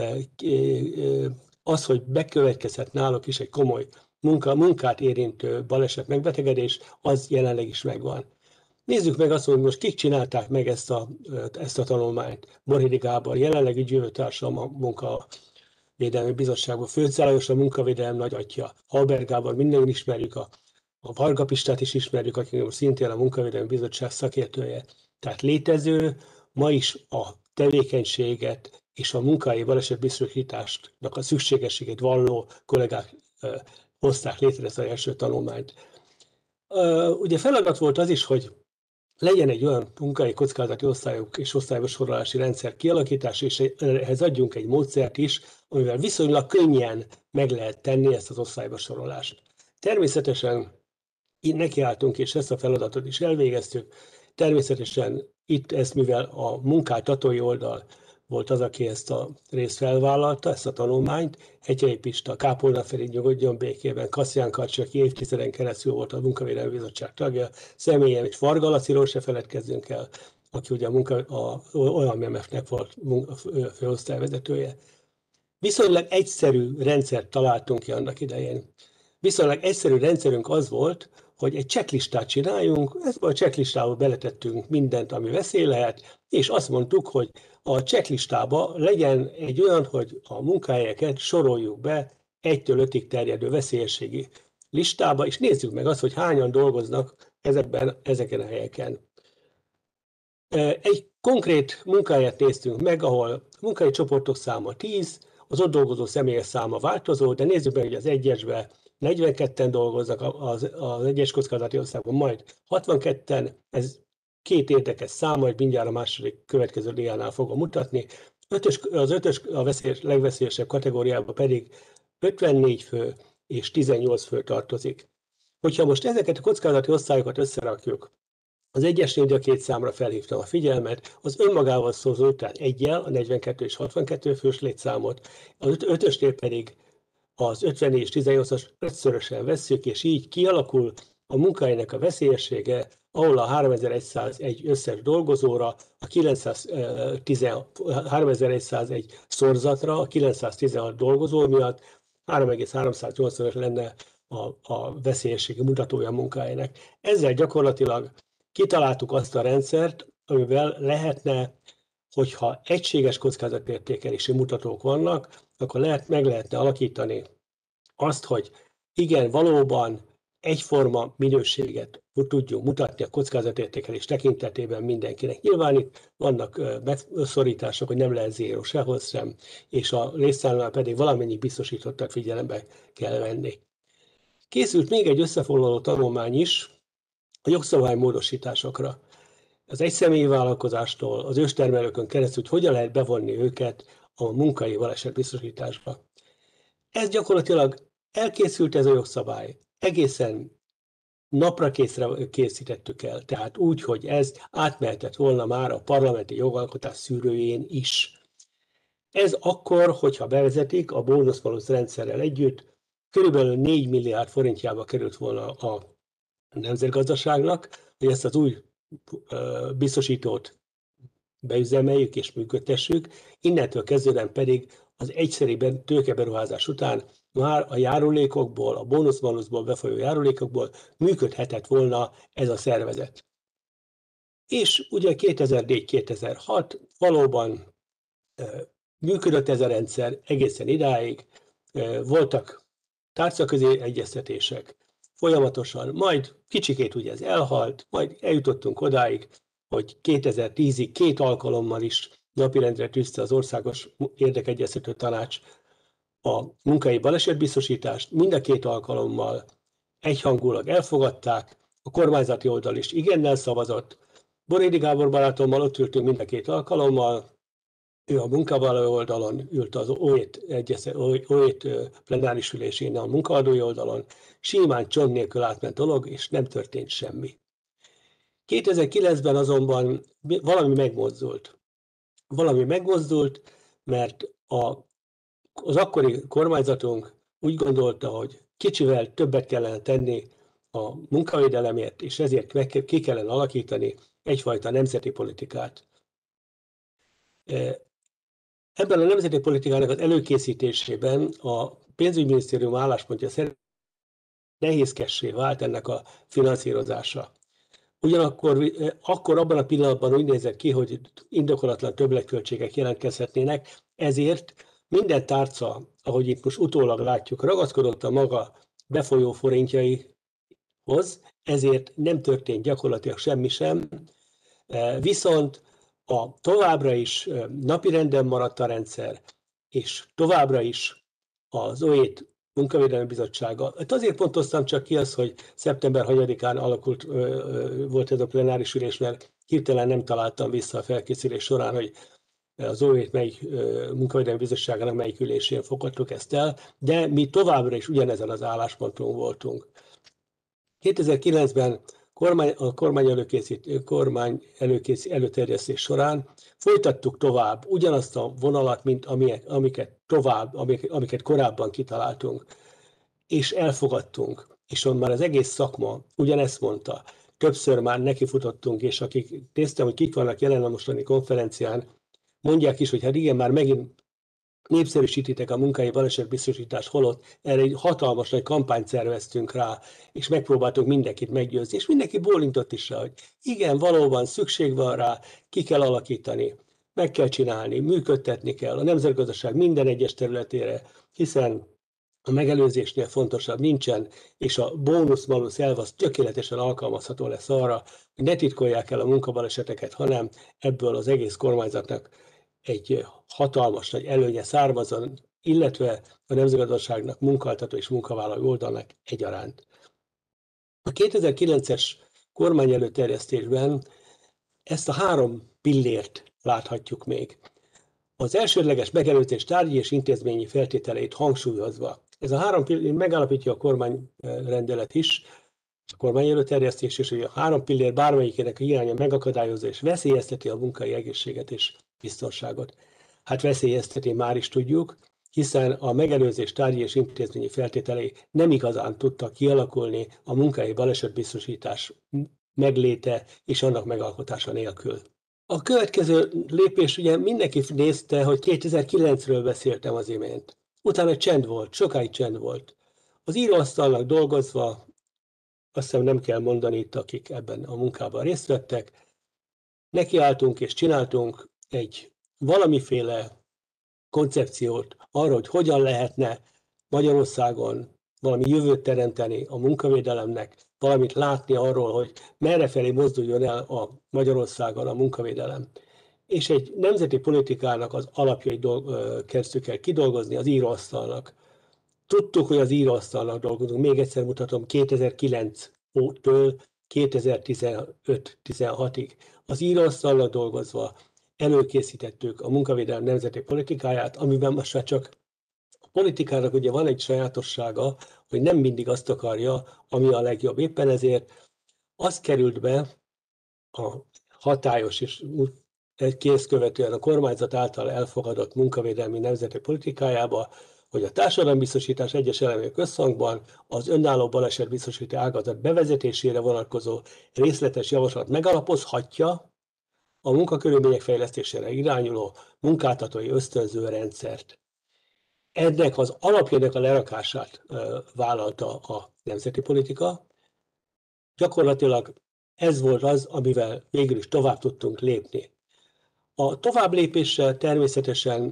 az, hogy bekövetkezhet náluk is egy komoly munka, munkát érintő baleset megbetegedés, az jelenleg is megvan. Nézzük meg azt, hogy most kik csinálták meg ezt a, ezt a tanulmányt. Morhédi Gábor, jelenleg ügyvívőtársam a Munkavédelmi Bizottságban, Főző Lajos a munkavédelem nagyatja, Halber Gábor, mindenki ismerjük, a, a Varga Pistát is ismerjük, aki szintén a Munkavédelmi Bizottság szakértője. Tehát létező, ma is a tevékenységet és a munkahelyi balesetbiztosításnak a szükségességét valló kollégák e, hozták létre ezt az első tanulmányt. E, ugye feladat volt az is, hogy legyen egy olyan munkahelyi kockázati osztályok és osztályba sorolási rendszer kialakítása, és ehhez adjunk egy módszert is, amivel viszonylag könnyen meg lehet tenni ezt az osztályba sorolást. Természetesen itt nekiálltunk, és ezt a feladatot is elvégeztük. Természetesen itt ezt, mivel a munkáltatói oldal volt az, aki ezt a részt felvállalta, ezt a tanulmányt, Hegyei Pista, Kápolna Feri, nyugodjon békében, Kasszián Karcsi, aki évtizeden keresztül volt a Munkavédelmi Bizottság tagja, személyen, és Varga Laciról se feledkezzünk el, aki ugye a munka, a, olyan em ef-nek volt a főosztályvezetője. Viszonylag egyszerű rendszert találtunk ki annak idején. Viszonylag egyszerű rendszerünk az volt, hogy egy checklistát csináljunk, ebben a checklistába beletettünk mindent, ami veszély lehet, és azt mondtuk, hogy a checklistába legyen egy olyan, hogy a munkahelyeket soroljuk be egytől ötig terjedő veszélyességi listába, és nézzük meg azt, hogy hányan dolgoznak ezekben, ezeken a helyeken. Egy konkrét munkahelyet néztünk meg, ahol a munkahelyi csoportok száma tíz, az ott dolgozó személyes száma változó, de nézzük meg, hogy az egyesbe negyvenketten dolgoznak az, az egyes kockázati országban, majd hatvanketten, ez két érdekes szám, majd mindjárt a második következő diánál fogom mutatni. Ötös, az ötös a veszélyes, legveszélyesebb kategóriában pedig ötvennégy fő és tizennyolc fő tartozik. Hogyha most ezeket a kockázati osztályokat összerakjuk, az egyesnél ugye a két számra felhívtam a figyelmet, az önmagával szózó után egyel, a negyvenkettő és hatvankettő fős létszámot, az ötösnél pedig az ötvennégy és tizennyolcas ötszörösen vesszük, és így kialakul a munkahelynek a veszélyessége, ahol a háromezer-százegy összes dolgozóra, a háromezer-százegy szorzatra, a kilencszáztizenhat dolgozó miatt három egész háromszáznyolcvanöt lenne a, a veszélyességi mutatója a munkahelynek. Ezzel gyakorlatilag kitaláltuk azt a rendszert, amivel lehetne, hogyha egységes kockázatértékelési mutatók vannak, akkor lehet, meg lehetne alakítani azt, hogy igen, valóban egyforma minőséget tudjunk mutatni a kockázatértékelés tekintetében mindenkinek. Nyilván itt vannak megszorítások, hogy nem lehet zéró sehoz sem, és a létszámnál pedig valamennyi biztosítottat figyelembe kell venni. Készült még egy összefoglaló tanulmány is a jogszabálymódosításokra. Az egyszemélyi vállalkozástól az őstermelőkön keresztül, hogy hogyan lehet bevonni őket a munkai balesetbiztosításba. Ez gyakorlatilag elkészült ez a jogszabály, egészen napra készre készítettük el, tehát úgy, hogy ez átmehetett volna már a parlamenti jogalkotás szűrőjén is. Ez akkor, hogyha bevezetik a bónusz-malusz rendszerrel együtt, körülbelül négy milliárd forintjába került volna a nemzetgazdaságnak, hogy ezt az új biztosítót beüzemeljük és működtessük, innentől kezdően pedig az egyszeri tőkeberuházás után már a járulékokból, a bónusz-maluszból befolyó járulékokból működhetett volna ez a szervezet. És ugye kétezer-négy kétezer-hat valóban működött ez a rendszer egészen idáig, voltak tárcaközi egyeztetések folyamatosan, majd kicsikét ugye ez elhalt, majd eljutottunk odáig, hogy kétezer-tízig két alkalommal is napirendre tűzte az Országos Érdekegyeztető Tanács a munkai balesetbiztosítást, mind a két alkalommal egyhangulag elfogadták, a kormányzati oldal is igennel szavazott. Borédi Gábor barátommal ott ültünk mind a két alkalommal, ő a munkavállaló oldalon ült az o hét plenáris ülésén a munkaadói oldalon, simán csont nélkül átment dolog, és nem történt semmi. kétezer-kilencben azonban valami megmozdult. Valami megmozdult, mert a, az akkori kormányzatunk úgy gondolta, hogy kicsivel többet kellene tenni a munkavédelemért, és ezért meg, ki kellene alakítani egyfajta nemzeti politikát. Ebben a nemzeti politikának az előkészítésében a pénzügyminisztérium álláspontja szerint nehézkessé vált ennek a finanszírozása. Ugyanakkor akkor abban a pillanatban úgy nézett ki, hogy indokolatlan többletköltségek jelentkezhetnének, ezért minden tárca, ahogy itt most utólag látjuk, ragaszkodott a maga befolyó forintjaihoz, ezért nem történt gyakorlatilag semmi sem, viszont a továbbra is napirenden maradt a rendszer, és továbbra is az o hét Munkavédelmi Bizottsága. Hát azért pontoztam csak ki azt, hogy szeptember harmadikán alakult, volt ez a plenáris ülés, mert hirtelen nem találtam vissza a felkészülés során, hogy az o hét melyik Munkavédelmi Bizottságának melyik ülésén fogadtuk ezt el, de mi továbbra is ugyanezen az állásponton voltunk. kétezer-kilencben kormány, a kormány, előkészít, kormány előkészít, előterjesztés során folytattuk tovább ugyanazt a vonalat, mint amik, amiket tovább, amik, amiket korábban kitaláltunk, és elfogadtunk. És on már az egész szakma ugyanezt mondta. Többször már nekifutottunk, és akik néztem, hogy kik vannak jelen a mostani konferencián, mondják is, hogy hát igen, már megint népszerűsítitek a munkai balesetbiztosítást, holott erre egy hatalmas nagy kampányt szerveztünk rá, és megpróbáltunk mindenkit meggyőzni, és mindenki bólintott is rá, hogy igen, valóban szükség van rá, ki kell alakítani, meg kell csinálni, működtetni kell a nemzetgazdaság minden egyes területére, hiszen a megelőzésnél fontosabb nincsen, és a bónusz-malusz elv az tökéletesen alkalmazható lesz arra, hogy ne titkolják el a munkabaleseteket, hanem ebből az egész kormányzatnak egy hatalmas nagy előnye származon, illetve a nemzetgazdaságnak, munkáltató és munkavállaló oldalnak egyaránt. A kétezer-kilences kormány előterjesztésben ezt a három pillért láthatjuk még. Az elsődleges megelőzés tárgyi és intézményi feltételeit hangsúlyozva. Ez a három pillér megállapítja a kormányrendelet is, a kormány előterjesztés, és hogy a három pillér bármelyikének a hiánya megakadályozza és veszélyezteti a munkai egészséget és biztonságot. Hát veszélyezteti, már is tudjuk, hiszen a megelőzés tárgyi és intézményi feltételei nem igazán tudtak kialakulni a munkai balesetbiztosítás megléte és annak megalkotása nélkül. A következő lépés, ugye mindenki nézte, hogy kétezer-kilencről beszéltem az imént. Utána csend volt, sokáig csend volt. Az íróasztalnak dolgozva, azt hiszem nem kell mondani itt, akik ebben a munkában részt vettek, nekiálltunk és csináltunk egy valamiféle koncepciót arra, hogy hogyan lehetne Magyarországon valami jövőt teremteni a munkavédelemnek, valamit látni arról, hogy merrefelé mozduljon el a Magyarországon a munkavédelem. És egy nemzeti politikának az alapjait dolg- kezdtük el kidolgozni, az íróasztalnak. Tudtuk, hogy az íróasztalnak dolgozunk. Még egyszer mutatom, kétezer-kilenctől kétezer-tizenöt-tizenhatig. Az íróasztalnak dolgozva előkészítettük a munkavédelem nemzeti politikáját, amiben most már csak a politikának ugye van egy sajátossága, hogy nem mindig azt akarja, ami a legjobb. Éppen ezért az került be a hatályos és kész követően a kormányzat által elfogadott munkavédelmi nemzeti politikájába, hogy a társadalombiztosítás egyes elemek összhangban az önálló balesetbiztosítási ágazat bevezetésére vonatkozó részletes javaslat megalapozhatja a munkakörülmények fejlesztésére irányuló munkáltatói ösztönző rendszert. Ennek az alapjának a lerakását vállalta a nemzeti politika. Gyakorlatilag ez volt az, amivel végül is tovább tudtunk lépni. A tovább lépéssel természetesen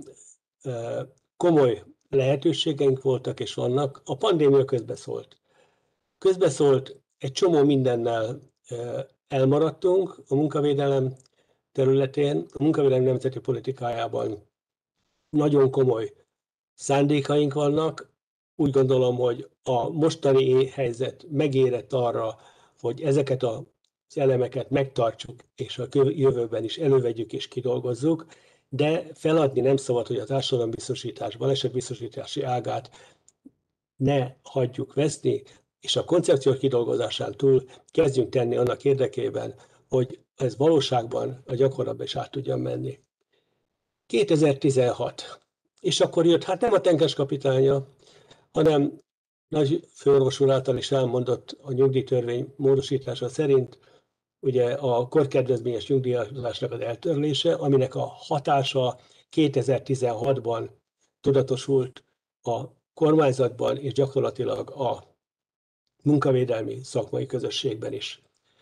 komoly lehetőségeink voltak és vannak. A pandémia közbeszólt. Közbeszólt, egy csomó mindennel elmaradtunk a munkavédelem területén, a munkavédelem nemzeti politikájában nagyon komoly szándékaink vannak. Úgy gondolom, hogy a mostani helyzet megérett arra, hogy ezeket az elemeket megtartsuk, és a jövőben is elővegyük és kidolgozzuk, de feladni nem szabad, hogy a társadalombiztosítás, balesetbiztosítási ágát ne hagyjuk veszni, és a koncepció kidolgozásán túl kezdjünk tenni annak érdekében, hogy ez valóságban a gyakorlatba is át tudjon menni. kétezer-tizenhat. És akkor jött, hát nem a tenkes kapitánya, hanem nagy főorvos úr által is elmondott a nyugdíjtörvény módosítása szerint ugye a korkedvezményes nyugdíjazásnak az eltörlése, aminek a hatása kétezer-tizenhatban tudatosult a kormányzatban és gyakorlatilag a munkavédelmi szakmai közösségben is.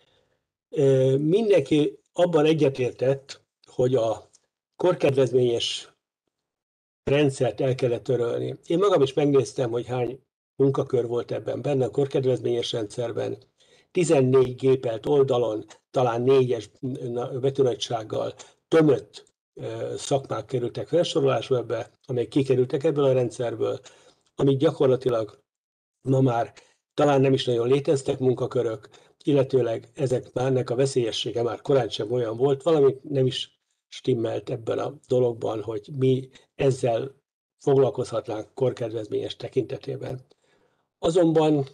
Mindenki abban egyetértett, hogy a korkedvezményes rendszert el kellett törölni. Én magam is megnéztem, hogy hány munkakör volt ebben benne a korkedvezményes rendszerben. tizennégy gépelt oldalon, talán négyes betűnagysággal tömött szakmák kerültek felsorolásba ebbe, amelyek kikerültek ebből a rendszerből, amik gyakorlatilag ma már talán nem is nagyon léteztek munkakörök, illetőleg ezek már ennek a veszélyessége már korán sem olyan volt, valamit nem is stimmelt ebben a dologban, hogy mi ezzel foglalkozhatnánk korkedvezményes tekintetében. Azonban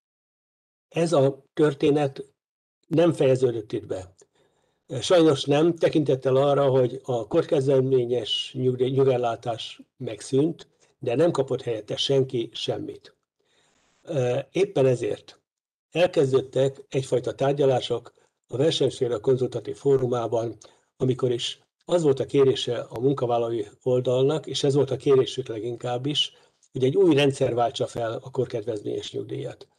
ez a történet nem fejeződött itt be. Sajnos nem, tekintettel arra, hogy a korkedvezményes nyugellátás megszűnt, de nem kapott helyette senki semmit. Éppen ezért elkezdődtek egyfajta tárgyalások a versenyszféra konzultatív fórumában, amikor is az volt a kérése a munkavállalói oldalnak, és ez volt a kérésük leginkább is, hogy egy új rendszer váltsa fel a korkedvezményes nyugdíjat.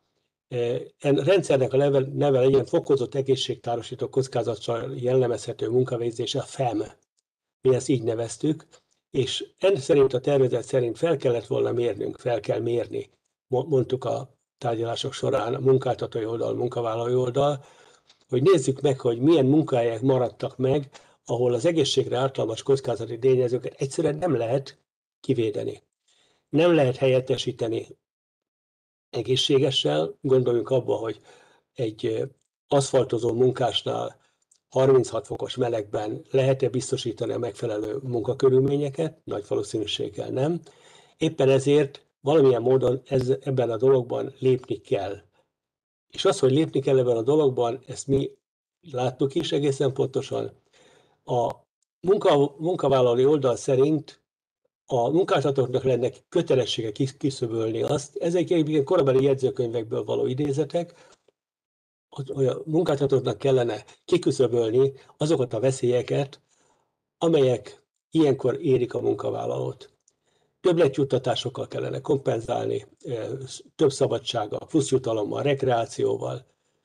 A rendszernek a neve, neve legyen fokozott egészségkárosító kockázatsal jellemezhető munkavégzése, a F E M. Mi ezt így neveztük, és ennek szerint a tervezet szerint fel kellett volna mérnünk, fel kell mérni, mondtuk a tárgyalások során a munkáltatói oldal, munkavállalói oldal, hogy nézzük meg, hogy milyen munkahelyek maradtak meg ahol az egészségre ártalmas kockázati tényezőket egyszerűen nem lehet kivédeni. Nem lehet helyettesíteni egészségessel. Gondoljunk abba, hogy egy aszfaltozó munkásnál harminchat fokos melegben lehet-e biztosítani a megfelelő munkakörülményeket? Nagy valószínűséggel nem. Éppen ezért valamilyen módon ez, ebben a dologban lépni kell. És az, hogy lépni kell ebben a dologban, ezt mi láttuk is egészen pontosan. A munka, munkavállalói oldal szerint a munkáltatóknak lenne kötelessége kiszöbölni azt, ezek egy korabeli jegyzőkönyvekből való idézetek, hogy a munkáltatóknak kellene kiküszöbölni azokat a veszélyeket, amelyek ilyenkor érik a munkavállalót. Többletjuttatásokkal kellene kompenzálni, több szabadsággal, plusz jutalommal, rekreációval.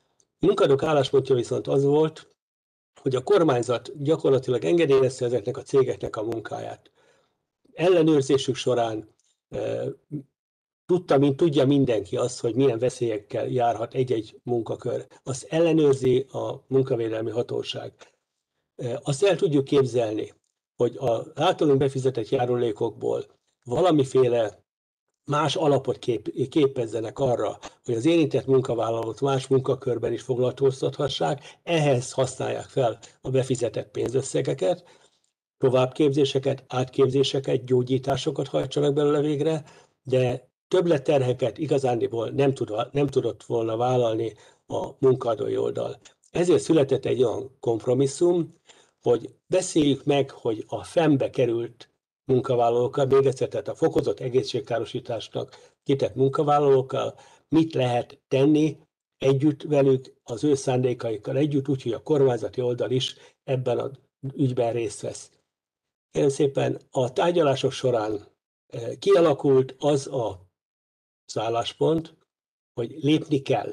A munkadók álláspontja viszont az volt, hogy a kormányzat gyakorlatilag engedélyezte ezeknek a cégeknek a munkáját. Ellenőrzésük során e, tudta, mint tudja mindenki azt, hogy milyen veszélyekkel járhat egy-egy munkakör. Azt ellenőrzi a munkavédelmi hatóság. E, azt el tudjuk képzelni, hogy az általunk befizetett járulékokból valamiféle más alapot kép, képezzenek arra, hogy az érintett munkavállalót más munkakörben is foglalkoztathassák, ehhez használják fel a befizetett pénzösszegeket, továbbképzéseket, átképzéseket, gyógyításokat hajtsanak belőle végre, de többletterheket igazándiból nem, tud, nem tudott volna vállalni a munkadói oldal. Ezért született egy olyan kompromisszum, hogy beszéljük meg, hogy a fenbe került munkavállalókkal, még egyszer, tehát a fokozott egészségkárosításnak kitett munkavállalókkal mit lehet tenni együtt velük, az ő szándékaikkal együtt, úgyhogy a kormányzati oldal is ebben az ügyben részt vesz. Kérem szépen, a tárgyalások során kialakult az a álláspont, hogy lépni kell.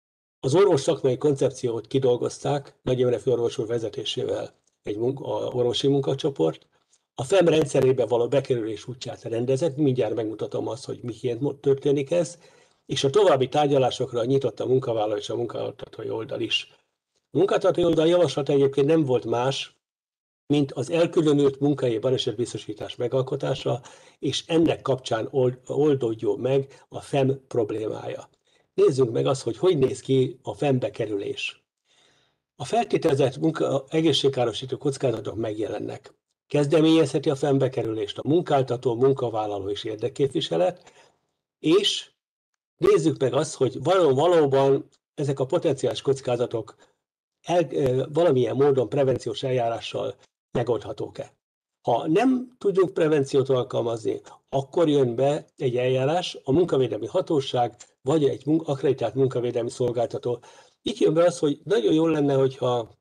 Az orvos szakmai koncepciót kidolgozták Nagy Imre főorvos úr vezetésével egy munka, a orvosi munkacsoport. A fem rendszerébe való bekerülés útját rendezett, mindjárt megmutatom azt, hogy miként történik ez, és a további tárgyalásokra nyitott a munkavállaló és a munkáltatói oldal is. A munkáltatói oldal javaslata egyébként nem volt más, mint az elkülönült munkai balesetbiztosítás megalkotása, és ennek kapcsán oldódjon meg a fem problémája. Nézzük meg azt, hogy hogy néz ki a fembe kerülés. A feltételezett munka, egészségkárosító kockázatok megjelennek. Kezdeményezheti a fembe kerülést a munkáltató, munkavállaló és érdekképviselet, és nézzük meg azt, hogy valóban ezek a potenciális kockázatok el, valamilyen módon prevenciós eljárással megoldhatók-e. Ha nem tudjuk prevenciót alkalmazni, akkor jön be egy eljárás, a munkavédelmi hatóság vagy egy akkreditált munkavédelmi szolgáltató. Itt jön be az, hogy nagyon jó lenne, hogyha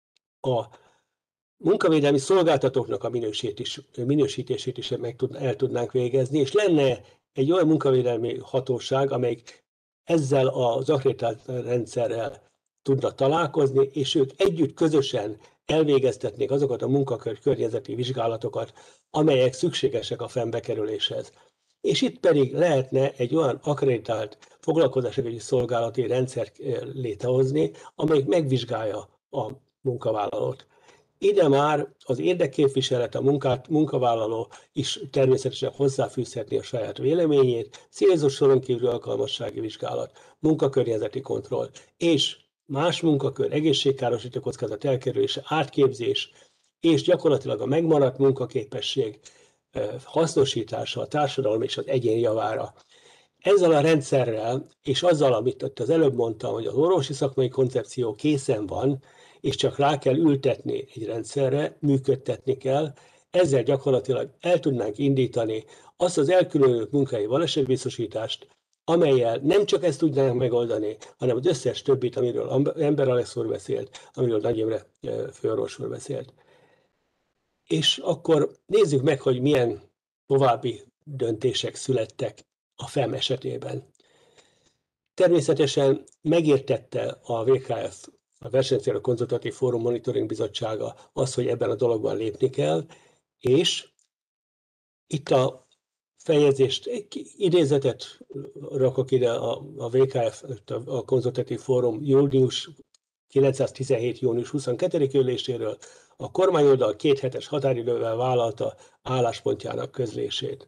a munkavédelmi szolgáltatóknak a minősítését is meg tud, el tudnánk végezni, és lenne egy olyan munkavédelmi hatóság, amelyik ezzel az akkreditált rendszerrel tudna találkozni, és ők együtt közösen elvégeztetnék azokat a munkakör környezeti vizsgálatokat, amelyek szükségesek a fennbekerüléshez. És itt pedig lehetne egy olyan akkreditált foglalkozásügyi szolgálati rendszert létrehozni, amelyik megvizsgálja a munkavállalót. Ide már az érdekképviselet, a munkát, munkavállaló is természetesen hozzáfűzhetné a saját véleményét, célzott soron kívül alkalmassági vizsgálat, munkakörnyezeti kontroll, és más munkakör, egészségkárosító kockázat elkerülése, átképzés, és gyakorlatilag a megmaradt munkaképesség hasznosítása a társadalom és az egyén javára. Ezzel a rendszerrel, és azzal, amit az előbb mondtam, hogy az orvosi szakmai koncepció készen van, és csak rá kell ültetni egy rendszerre, működtetni kell, ezzel gyakorlatilag el tudnánk indítani azt az elkülönült munkai balesetbiztosítást, amellyel nem csak ezt tudnánk megoldani, hanem az összes többit, amiről Ember Alex úr beszélt, amiről Nagy Imre főorvos úr beszélt. És akkor nézzük meg, hogy milyen további döntések születtek a fem esetében. Természetesen megértette a vé ká ef, a Versenycélú Konzultatív Fórum Monitoring Bizottsága az, hogy ebben a dologban lépni kell, és itt a fejezést, idézetet rakok ide a, a vé ká ef, a Konzultatív Fórum június kilencszáztizenhét. június huszonkettedike üléséről, a kormányoldal kéthetes határidővel vállalta álláspontjának közlését.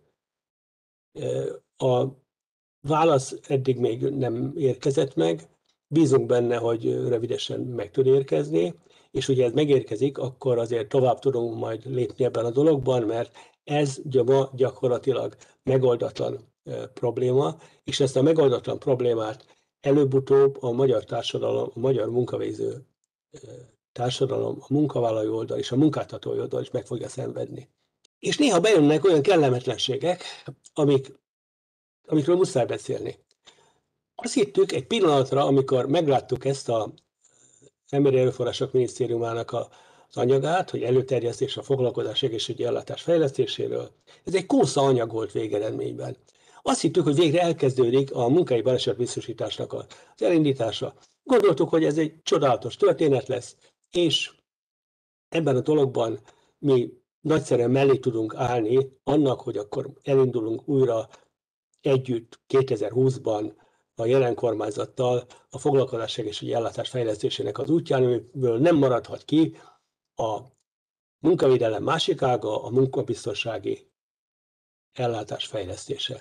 A válasz eddig még nem érkezett meg, bízunk benne, hogy rövidesen meg tud érkezni, és ugye ez megérkezik, akkor azért tovább tudunk majd lépni ebben a dologban, mert ez ma gyakorlatilag megoldatlan probléma, és ezt a megoldatlan problémát előbb-utóbb a magyar társadalom, a magyar munkavégző társadalom, a munkavállalói oldal és a munkáltatói oldal is meg fogja szenvedni. És néha bejönnek olyan kellemetlenségek, amik, amikről muszáj beszélni. Azt hittük egy pillanatra, amikor megláttuk ezt az Emberi Erőforrások Minisztériumának az anyagát, hogy előterjesztés a foglalkozás egészségügyi ellátás fejlesztéséről. Ez egy kósza anyag volt végeredményben. Azt hittük, hogy végre elkezdődik a munkai balesetbiztosításnak az elindítása. Gondoltuk, hogy ez egy csodálatos történet lesz, és ebben a dologban mi nagyszerűen mellé tudunk állni annak, hogy akkor elindulunk újra együtt kétezer-húszban a jelen kormányzattal a foglalkozás egészségügyi ellátás fejlesztésének az útján, amiből nem maradhat ki a munkavédelem másik ága, a munkabiztonsági ellátás fejlesztése.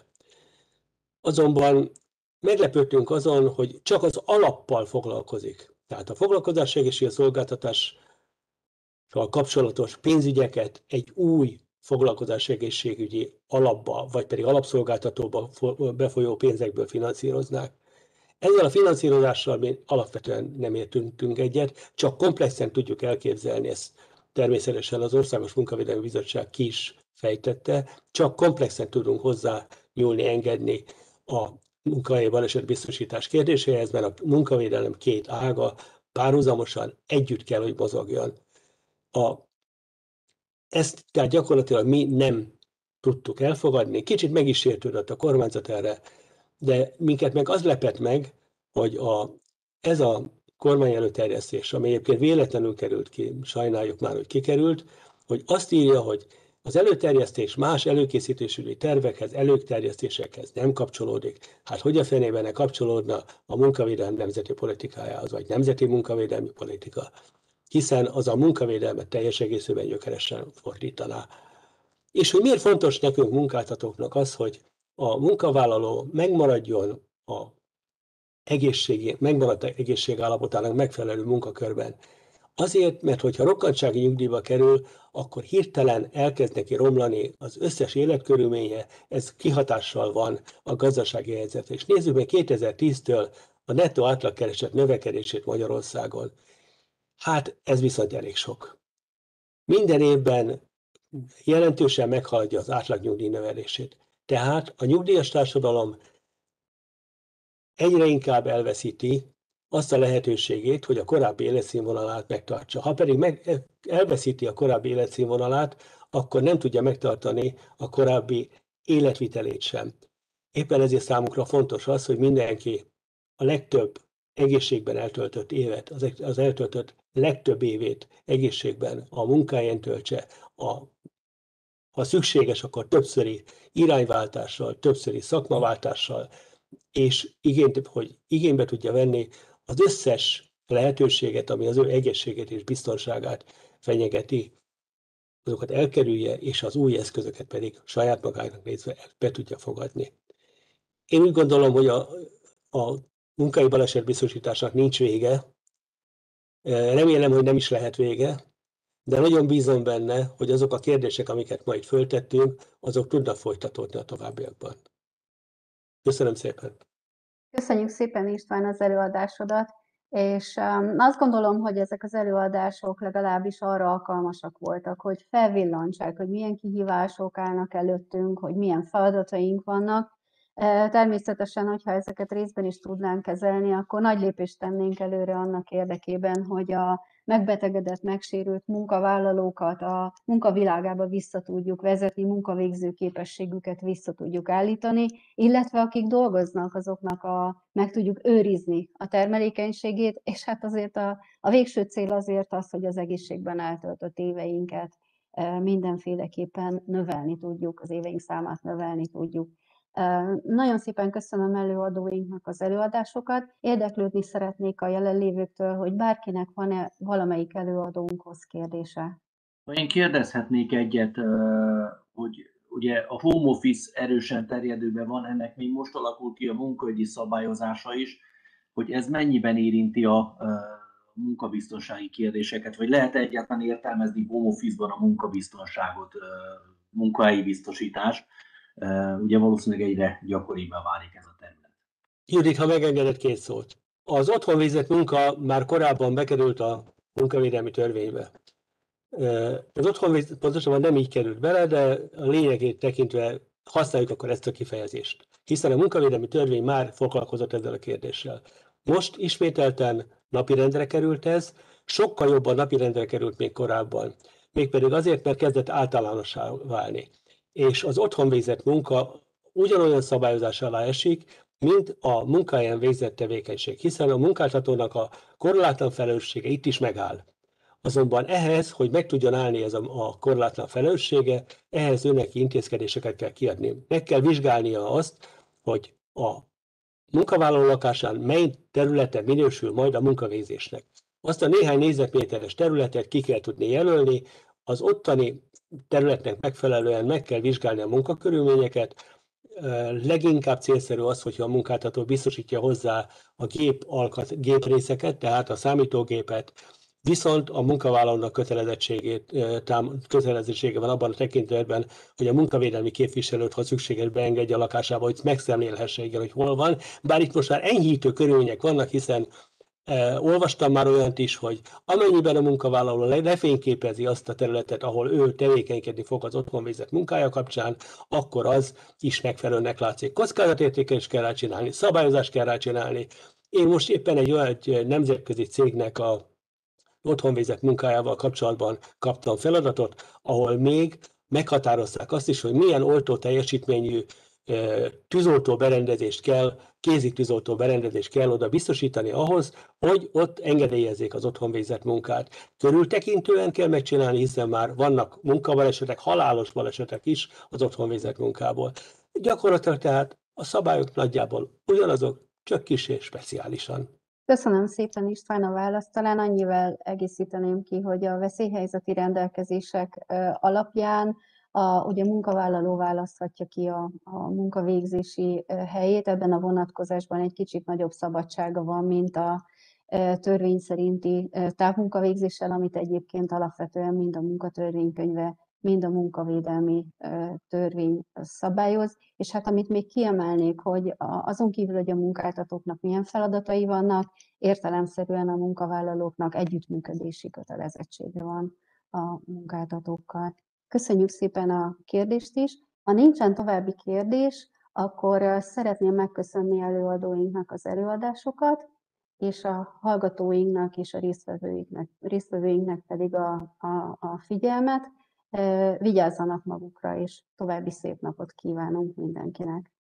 Azonban meglepődtünk azon, hogy csak az alappal foglalkozik. Tehát a foglalkozás egészségügyi szolgáltatással kapcsolatos pénzügyeket egy új foglalkozás egészségügyi alapba, vagy pedig alapszolgáltatóba befolyó pénzekből finanszíroznák. Ezzel a finanszírozással mi alapvetően nem értünk egyet, csak komplexen tudjuk elképzelni ezt. Természetesen az Országos Munkavédelmi Bizottság ki is fejtette, csak komplexen tudunk hozzá nyúlni, engedni a munkahelyi balesetbiztosítás kérdéséhez, mert a munkavédelem két ága párhuzamosan együtt kell, hogy mozogjon. A, ezt tehát gyakorlatilag mi nem tudtuk elfogadni. Kicsit meg is sértődött a kormányzat erre, de minket meg az lepett meg, hogy a, ez a kormány előterjesztés, ami egyébként véletlenül került ki, sajnáljuk már, hogy kikerült, hogy azt írja, hogy az előterjesztés más előkészítésügyi tervekhez, előterjesztésekhez nem kapcsolódik. Hát hogy a fenében ne kapcsolódna a munkavédelem nemzeti politikájához, vagy nemzeti munkavédelmi politika, hiszen az a munkavédelmet teljes egészében gyökeresen fordítaná. És hogy miért fontos nekünk munkáltatóknak az, hogy a munkavállaló megmaradjon a egészségi, megmaradt egészségállapotának megfelelő munkakörben. Azért, mert hogyha rokkantsági nyugdíjba kerül, akkor hirtelen elkezd neki romlani az összes életkörülménye, ez kihatással van a gazdasági helyzetre. És nézzük meg kétezer-tíztől a nettó átlagkereset növekedését Magyarországon. Hát ez viszont elég sok. Minden évben jelentősen meghaladja az átlagnyugdíj növelését. Tehát a nyugdíjas társadalom egyre inkább elveszíti azt a lehetőségét, hogy a korábbi életszínvonalát megtartsa. Ha pedig meg, elveszíti a korábbi életszínvonalát, akkor nem tudja megtartani a korábbi életvitelét sem. Éppen ezért számunkra fontos az, hogy mindenki a legtöbb egészségben eltöltött évet, az eltöltött legtöbb évét egészségben a munkáján töltse, a, ha szükséges, akkor többszöri irányváltással, többszöri szakmaváltással, és igényt, hogy igénybe tudja venni az összes lehetőséget, ami az ő egészségét és biztonságát fenyegeti, azokat elkerülje, és az új eszközöket pedig saját magának nézve be tudja fogadni. Én úgy gondolom, hogy a, a munkai balesetbiztosításnak nincs vége. Remélem, hogy nem is lehet vége, de nagyon bízom benne, hogy azok a kérdések, amiket ma itt föltettünk, azok tudnak folytatódni a továbbiakban. Köszönöm szépen! Köszönjük szépen, István, az előadásodat, és um, azt gondolom, hogy ezek az előadások legalábbis arra alkalmasak voltak, hogy felvillantsák, hogy milyen kihívások állnak előttünk, hogy milyen feladataink vannak. Természetesen, hogyha ezeket részben is tudnánk kezelni, akkor nagy lépést tennénk előre annak érdekében, hogy a megbetegedett, megsérült munkavállalókat a munkavilágába vissza tudjuk vezetni, munkavégző képességüket vissza tudjuk állítani, illetve akik dolgoznak, azoknak a, meg tudjuk őrizni a termelékenységét, és hát azért a, a végső cél azért az, hogy az egészségben eltöltött éveinket mindenféleképpen növelni tudjuk, az éveink számát növelni tudjuk. Nagyon szépen köszönöm előadóinknak az előadásokat. Érdeklődni szeretnék a jelenlévőktől, hogy bárkinek van-e valamelyik előadónkhoz kérdése. Én kérdezhetnék egyet, hogy ugye a home office erősen terjedőben van, ennek még most alakul ki a munkaügyi szabályozása is, hogy ez mennyiben érinti a munkabiztonsági kérdéseket, vagy lehet egyáltalán értelmezni home office-ban a munkabiztonságot, munkahelyi biztosítás. Ugye valószínűleg egyre gyakoribbá válik ez a terület. Judit, ha megengedett két szót. Az otthon végzett munka már korábban bekerült a munkavédelmi törvénybe. Az otthon pontosan nem így került bele, de a lényegét tekintve használjuk akkor ezt a kifejezést. Hiszen a munkavédelmi törvény már foglalkozott ezzel a kérdéssel. Most ismételten napirendre került ez, sokkal jobban napirendre került még korábban. Mégpedig azért, mert kezdett általánossá válni. És az otthon végzett munka ugyanolyan szabályozás alá esik, mint a munkahelyen végzett tevékenység, hiszen a munkáltatónak a korlátlan felelőssége itt is megáll. Azonban ehhez, hogy meg tudjon állni ez a, a korlátlan felelőssége, ehhez őnek intézkedéseket kell kiadni. Meg kell vizsgálnia azt, hogy a munkavállaló lakásán mely területe minősül majd a munkavégzésnek. Azt a néhány négyzetméteres területet ki kell tudni jelölni, az ottani területnek megfelelően meg kell vizsgálni a munkakörülményeket. Leginkább célszerű az, hogyha a munkáltató biztosítja hozzá a gép alkat, géprészeket, tehát a számítógépet, viszont a munkavállalónak kötelezettségét, kötelezettsége van abban a tekintetben, hogy a munkavédelmi képviselőt, ha szükséges, beengedje a lakásába, hogy megszemlélhesse, igen, hogy hol van. Bár itt most már enyhítő körülmények vannak, hiszen eh, olvastam már olyant is, hogy amennyiben a munkavállaló lefényképezi azt a területet, ahol ő tevékenykedni fog az otthon végzett munkája kapcsán, akkor az is megfelelőnek látszik. Kockázatértékelést kell rá csinálni, szabályozást kell rá csinálni. Én most éppen egy olyan egy nemzetközi cégnek a otthon végzett munkájával kapcsolatban kaptam feladatot, ahol még meghatározták azt is, hogy milyen oltó teljesítményű tűzoltó berendezést kell, kézi tűzoltó berendezést kell oda biztosítani ahhoz, hogy ott engedélyezzék az otthon végzett munkát. Körültekintően kell megcsinálni, hiszen már vannak munkabalesetek, halálos balesetek is az otthon végzett munkából. Gyakorlatilag tehát a szabályok nagyjából ugyanazok, csak kis és speciálisan. Köszönöm szépen István a választ. Talán annyival egészíteném ki, hogy a veszélyhelyzeti rendelkezések alapján a, ugye a munkavállaló választhatja ki a, a munkavégzési helyét. Ebben a vonatkozásban egy kicsit nagyobb szabadsága van, mint a törvény szerinti távmunkavégzéssel, amit egyébként alapvetően mind a munkatörvénykönyve, mind a munkavédelmi törvény szabályoz. És hát amit még kiemelnék, hogy azon kívül, hogy a munkáltatóknak milyen feladatai vannak, értelemszerűen a munkavállalóknak együttműködési kötelezettsége van a munkáltatókkal. Köszönjük szépen a kérdést is. Ha nincsen további kérdés, akkor szeretném megköszönni előadóinknak az előadásokat, és a hallgatóinknak és a résztvevőinknek, résztvevőinknek pedig a, a, a figyelmet. Vigyázzanak magukra, és további szép napot kívánunk mindenkinek!